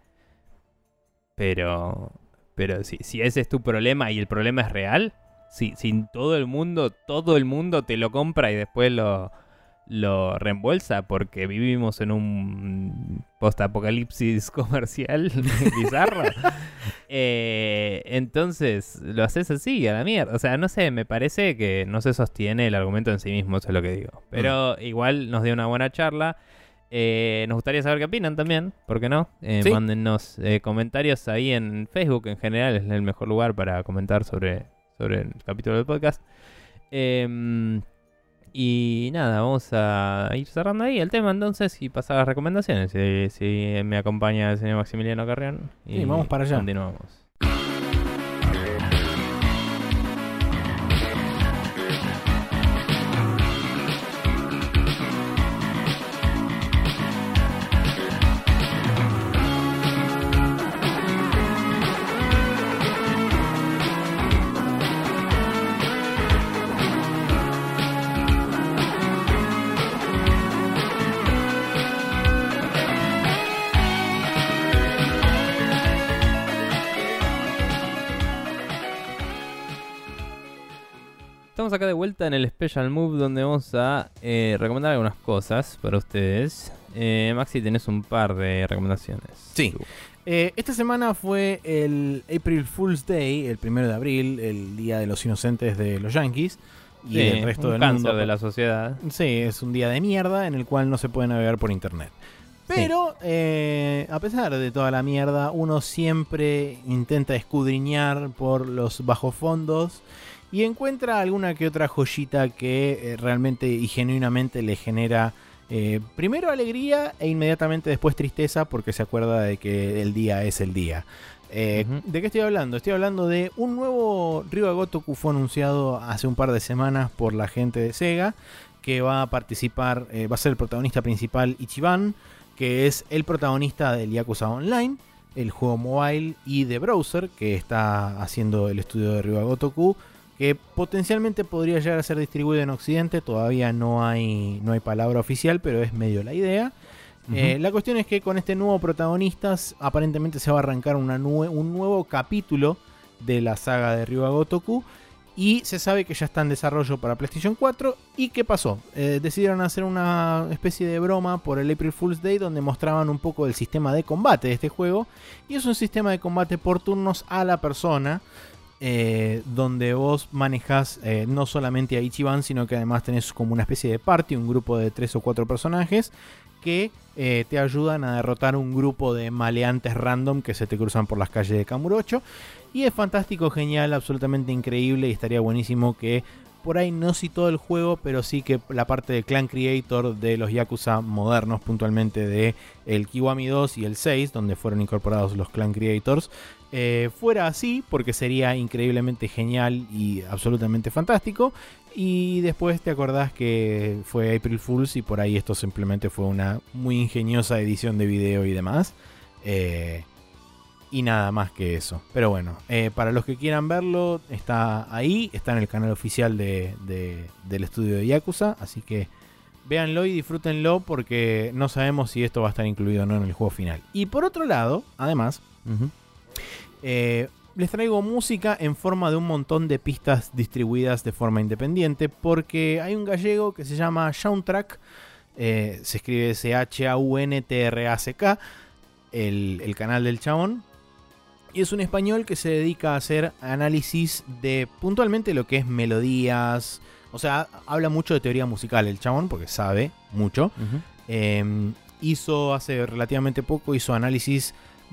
Pero... Pero si, si ese es tu problema y el problema es real... Si, si todo el mundo, todo el mundo te lo compra y después lo, lo reembolsa porque vivimos en un postapocalipsis comercial bizarro, eh, entonces lo haces así, a la mierda. O sea, no sé, me parece que no se sostiene el argumento en sí mismo, eso es lo que digo. Pero mm. igual nos dio una buena charla. Eh, nos gustaría saber qué opinan también, ¿por qué no? Eh, ¿Sí? Mándennos eh, comentarios ahí en Facebook, en general es el mejor lugar para comentar sobre... sobre el capítulo del podcast. Eh, y nada, vamos a ir cerrando ahí el tema entonces y pasar a las recomendaciones. Si, si me acompaña el señor Maximiliano Carrión. Y sí, vamos para allá. Continuamos. Estamos acá de vuelta en el Special Move donde vamos a eh, recomendar algunas cosas para ustedes. Eh, Maxi, tenés un par de recomendaciones. Sí. Eh, esta semana fue el April Fool's Day, el primero de abril, el Día de los Inocentes de los Yankees. Y sí, el resto un del cáncer mundo de la sociedad. Sí, es un día de mierda en el cual no se puede navegar por internet. Pero, eh, a pesar de toda la mierda, uno siempre intenta escudriñar por los bajos y encuentra alguna que otra joyita que eh, realmente y genuinamente le genera eh, primero alegría e inmediatamente después tristeza porque se acuerda de que el día es el día. Eh, uh-huh. ¿De qué estoy hablando? Estoy hablando de un nuevo Ryuga Gotoku. Fue anunciado hace un par de semanas por la gente de Sega, que va a participar, eh, va a ser el protagonista principal Ichiban, que es el protagonista del Yakuza Online, el juego mobile y de browser que está haciendo el estudio de Ryuga Gotoku, que potencialmente podría llegar a ser distribuido en Occidente. Todavía no hay, no hay palabra oficial, pero es medio la idea. Uh-huh. Eh, la cuestión es que con este nuevo protagonista aparentemente se va a arrancar una nue- un nuevo capítulo de la saga de Ryuga Gotoku. Y se sabe que ya está en desarrollo para PlayStation cuatro. ¿Y qué pasó? Eh, decidieron hacer una especie de broma por el April Fool's Day, donde mostraban un poco del sistema de combate de este juego. Y es un sistema de combate por turnos a la persona, eh, donde vos manejás eh, no solamente a Ichiban, sino que además tenés como una especie de party, un grupo de tres o cuatro personajes que eh, te ayudan a derrotar un grupo de maleantes random que se te cruzan por las calles de Kamurocho. Y es fantástico, genial, absolutamente increíble. Y estaría buenísimo que por ahí no si todo el juego, pero sí que la parte de Clan Creator de los Yakuza modernos, puntualmente de el Kiwami dos y el seis, donde fueron incorporados los Clan Creators, eh, fuera así, porque sería increíblemente genial y absolutamente fantástico. Y después te acordás que fue April Fools y por ahí esto simplemente fue una muy ingeniosa edición de video y demás. Eh, y nada más que eso. Pero bueno, eh, para los que quieran verlo, está ahí, está en el canal oficial de, de, del estudio de Yakuza. Así que véanlo y disfrútenlo porque no sabemos si esto va a estar incluido o no en el juego final. Y por otro lado, además, uh-huh, eh, les traigo música en forma de un montón de pistas distribuidas de forma independiente, porque hay un gallego que se llama Shauntrack, eh, se escribe S H A U N T R A C K, el, el canal del chabón, y es un español que se dedica a hacer análisis de puntualmente lo que es melodías, o sea, habla mucho de teoría musical el chabón, porque sabe mucho. Uh-huh. eh, hizo hace relativamente poco, hizo análisis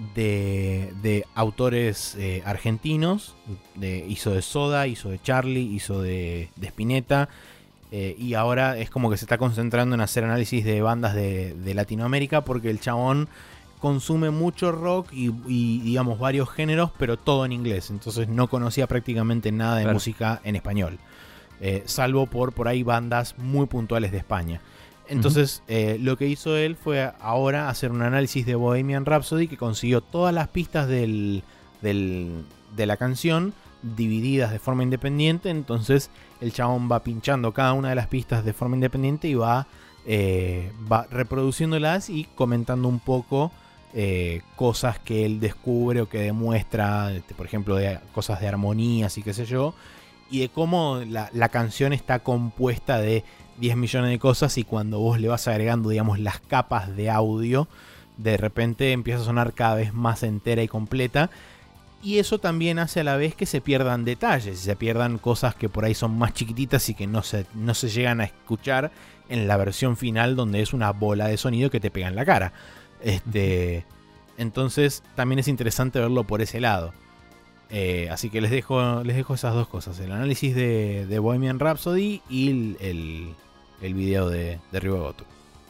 De, de autores eh, argentinos, de, hizo de Soda, hizo de Charlie, hizo de, de Spinetta, eh, y ahora es como que se está concentrando en hacer análisis de bandas de, de Latinoamérica, porque el chabón consume mucho rock y, y digamos varios géneros, pero todo en inglés, entonces no conocía prácticamente nada de claro. música en español, eh, salvo por por ahí bandas muy puntuales de España. Entonces, uh-huh. eh, lo que hizo él fue ahora hacer un análisis de Bohemian Rhapsody, que consiguió todas las pistas del, del, de la canción divididas de forma independiente. Entonces, el chabón va pinchando cada una de las pistas de forma independiente y va, eh, va reproduciéndolas y comentando un poco eh, cosas que él descubre o que demuestra, este, por ejemplo, de cosas de armonías y qué sé yo, y de cómo la, la canción está compuesta de diez millones de cosas, y cuando vos le vas agregando, digamos, las capas de audio, de repente empieza a sonar cada vez más entera y completa. Y eso también hace a la vez que se pierdan detalles, se pierdan cosas que por ahí son más chiquititas y que no se, no se llegan a escuchar en la versión final, donde es una bola de sonido que te pega en la cara. Este, entonces también es interesante verlo por ese lado. Eh, así que les dejo, les dejo esas dos cosas: el análisis de, de Bohemian Rhapsody y el, el, el video de, de Ryuga Gotoku.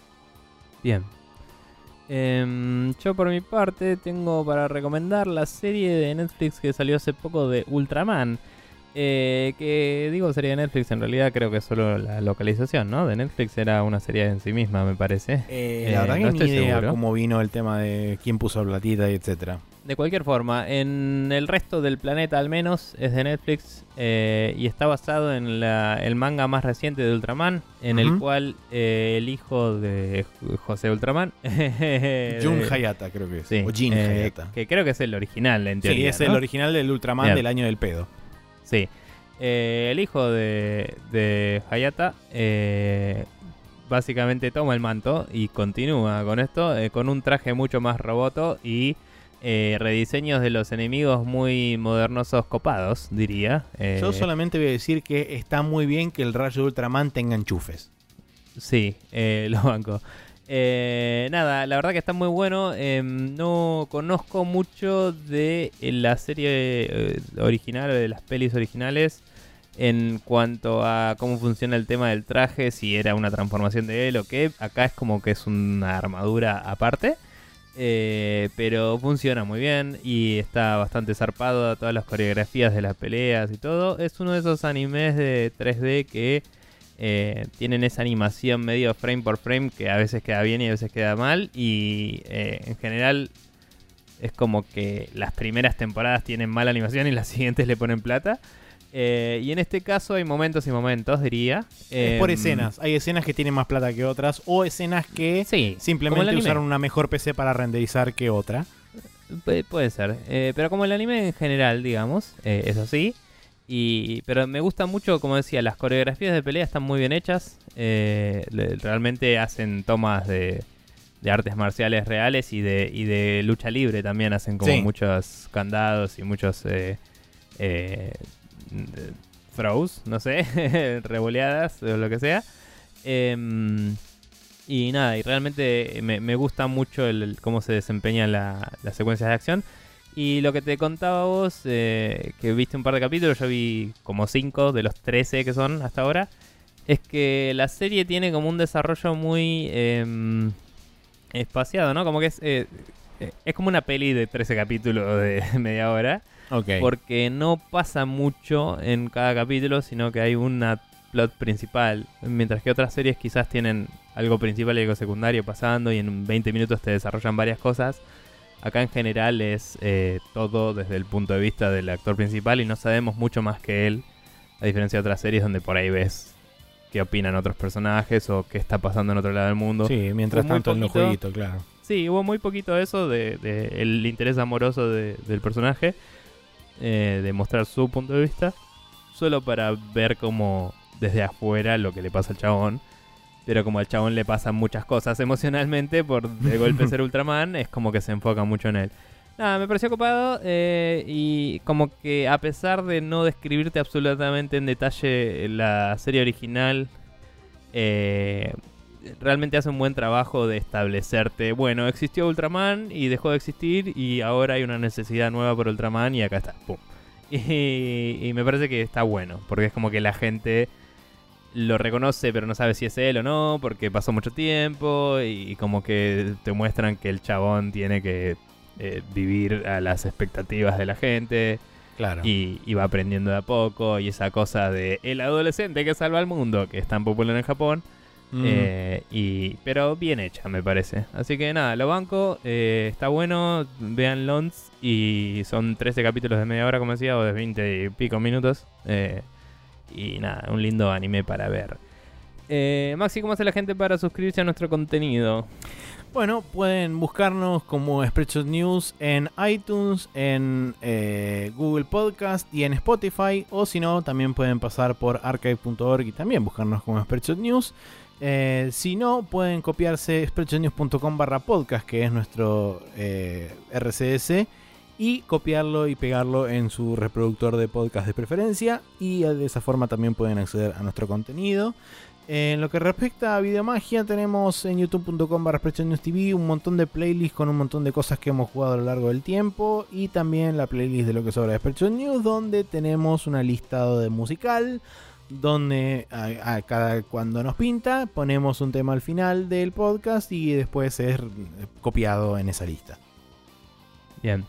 Bien. Eh, yo por mi parte tengo para recomendar la serie de Netflix que salió hace poco de Ultraman. Eh, que digo serie de Netflix, en realidad creo que es solo la localización, ¿no? De Netflix era una serie en sí misma, me parece. Eh, la verdad eh, que no ni idea seguro. Cómo vino el tema de quién puso platita y etcétera. De cualquier forma, en el resto del planeta al menos es de Netflix, eh, y está basado en la, el manga más reciente de Ultraman, en uh-huh. el cual eh, el hijo de José Ultraman, Jun Hayata creo que es, sí, o Jin eh, Hayata, que creo que es el original en teoría. Sí, es ¿no? el original del Ultraman Bien. Del año del pedo. Sí, eh, el hijo de, de Hayata eh, básicamente toma el manto y continúa con esto, eh, con un traje mucho más roboto y Eh, rediseños de los enemigos muy modernosos copados, diría. Eh, Yo solamente voy a decir que está muy bien que el rayo de Ultraman tenga enchufes. Sí, eh, lo banco. Eh, nada, la verdad que está muy bueno. Eh, no conozco mucho de la serie eh, original o de las pelis originales en cuanto a cómo funciona el tema del traje, si era una transformación de él o qué. Acá es como que es una armadura aparte. Eh, pero funciona muy bien y está bastante zarpado a todas las coreografías de las peleas y todo. Es uno de esos animes de tres D que eh, tienen esa animación medio frame por frame que a veces queda bien y a veces queda mal. Y eh, en general es como que las primeras temporadas tienen mala animación y las siguientes le ponen plata. Eh, y en este caso hay momentos y momentos, diría. Es por escenas. Hay escenas que tienen más plata que otras. O escenas que sí, simplemente usaron una mejor P C para renderizar que otra. Pu- puede ser. Eh, pero como el anime en general, digamos, eh, es así. Y, pero me gusta mucho, como decía, las coreografías de pelea están muy bien hechas. Eh, le- realmente hacen tomas de, de artes marciales reales y de, y de lucha libre también. Hacen como Sí. muchos candados y muchos... Eh, eh, throws, no sé, revoleadas o lo que sea. Eh, y nada, y realmente me, me gusta mucho el, el cómo se desempeñan la, las secuencias de acción. Y lo que te contaba vos, eh, que viste un par de capítulos, yo vi como cinco de los trece que son hasta ahora, es que la serie tiene como un desarrollo muy eh, espaciado, ¿no? Como que es, eh, es como una peli de trece capítulos de media hora. Okay. Porque no pasa mucho en cada capítulo, sino que hay una plot principal. Mientras que otras series quizás tienen algo principal y algo secundario pasando y en veinte minutos te desarrollan varias cosas. Acá en general es eh, todo desde el punto de vista del actor principal y no sabemos mucho más que él. A diferencia de otras series donde por ahí ves qué opinan otros personajes o qué está pasando en otro lado del mundo. Sí, mientras Hubo muy tanto en los poquito- jueguitos, claro. Sí, hubo muy poquito de eso, de, de el interés amoroso de- del personaje. Eh, de mostrar su punto de vista, solo para ver como desde afuera lo que le pasa al chabón. Pero como al chabón le pasan muchas cosas emocionalmente por de golpe ser Ultraman, es como que se enfoca mucho en él. Nada, me pareció copado eh, y como que a pesar de no describirte absolutamente en detalle la serie original, eh, realmente hace un buen trabajo de establecerte, bueno, existió Ultraman y dejó de existir y ahora hay una necesidad nueva por Ultraman y acá está, pum. Y, y me parece que está bueno, porque es como que la gente lo reconoce pero no sabe si es él o no, porque pasó mucho tiempo y, y como que te muestran que el chabón tiene que eh, vivir a las expectativas de la gente. Claro. Y, y va aprendiendo de a poco y esa cosa de el adolescente que salva al mundo, que es tan popular en Japón. Mm. Eh, y, pero bien hecha, me parece. Así que nada, lo banco. Eh, está bueno. Vean Lons. Y son trece capítulos de media hora, como decía, o de veinte y pico minutos. Eh, y nada, un lindo anime para ver. Eh, Maxi, ¿cómo hace la gente para suscribirse a nuestro contenido? Bueno, pueden buscarnos como Spreadshot News en iTunes, en eh, Google Podcast y en Spotify. O si no, también pueden pasar por archive punto org y también buscarnos como Spreadshot News. Eh, si no, pueden copiarse spreadshotnews punto com barra podcast, que es nuestro eh, R C S, y copiarlo y pegarlo en su reproductor de podcast de preferencia. Y de esa forma también pueden acceder a nuestro contenido. En lo que respecta a Videomagia, tenemos en youtube punto com barra Spreadshot T V un montón de playlists con un montón de cosas que hemos jugado a lo largo del tiempo. Y también la playlist de lo que sobra de Spreadshot News, donde tenemos una listado de musical, donde a, a cada cuando nos pinta ponemos un tema al final del podcast y después es copiado en esa lista. Bien.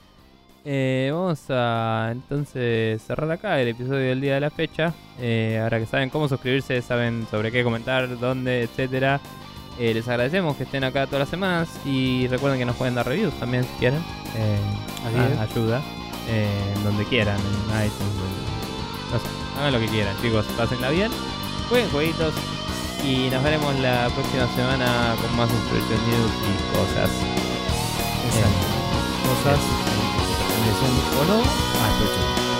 Eh, vamos a entonces cerrar acá el episodio del día de la fecha. Eh, ahora que saben cómo suscribirse, saben sobre qué comentar, dónde, etcétera. Eh, les agradecemos que estén acá todas las semanas y recuerden que nos pueden dar reviews también si quieren. Eh, Así a- es. ayuda. Eh, donde quieran, en iTunes, en- no sé, hagan lo que quieran, chicos. Pásenla bien, jueguen jueguitos y nos veremos la próxima semana con más Spreadshot News y cosas. Exacto. Cosas, o no, a Spreadshot.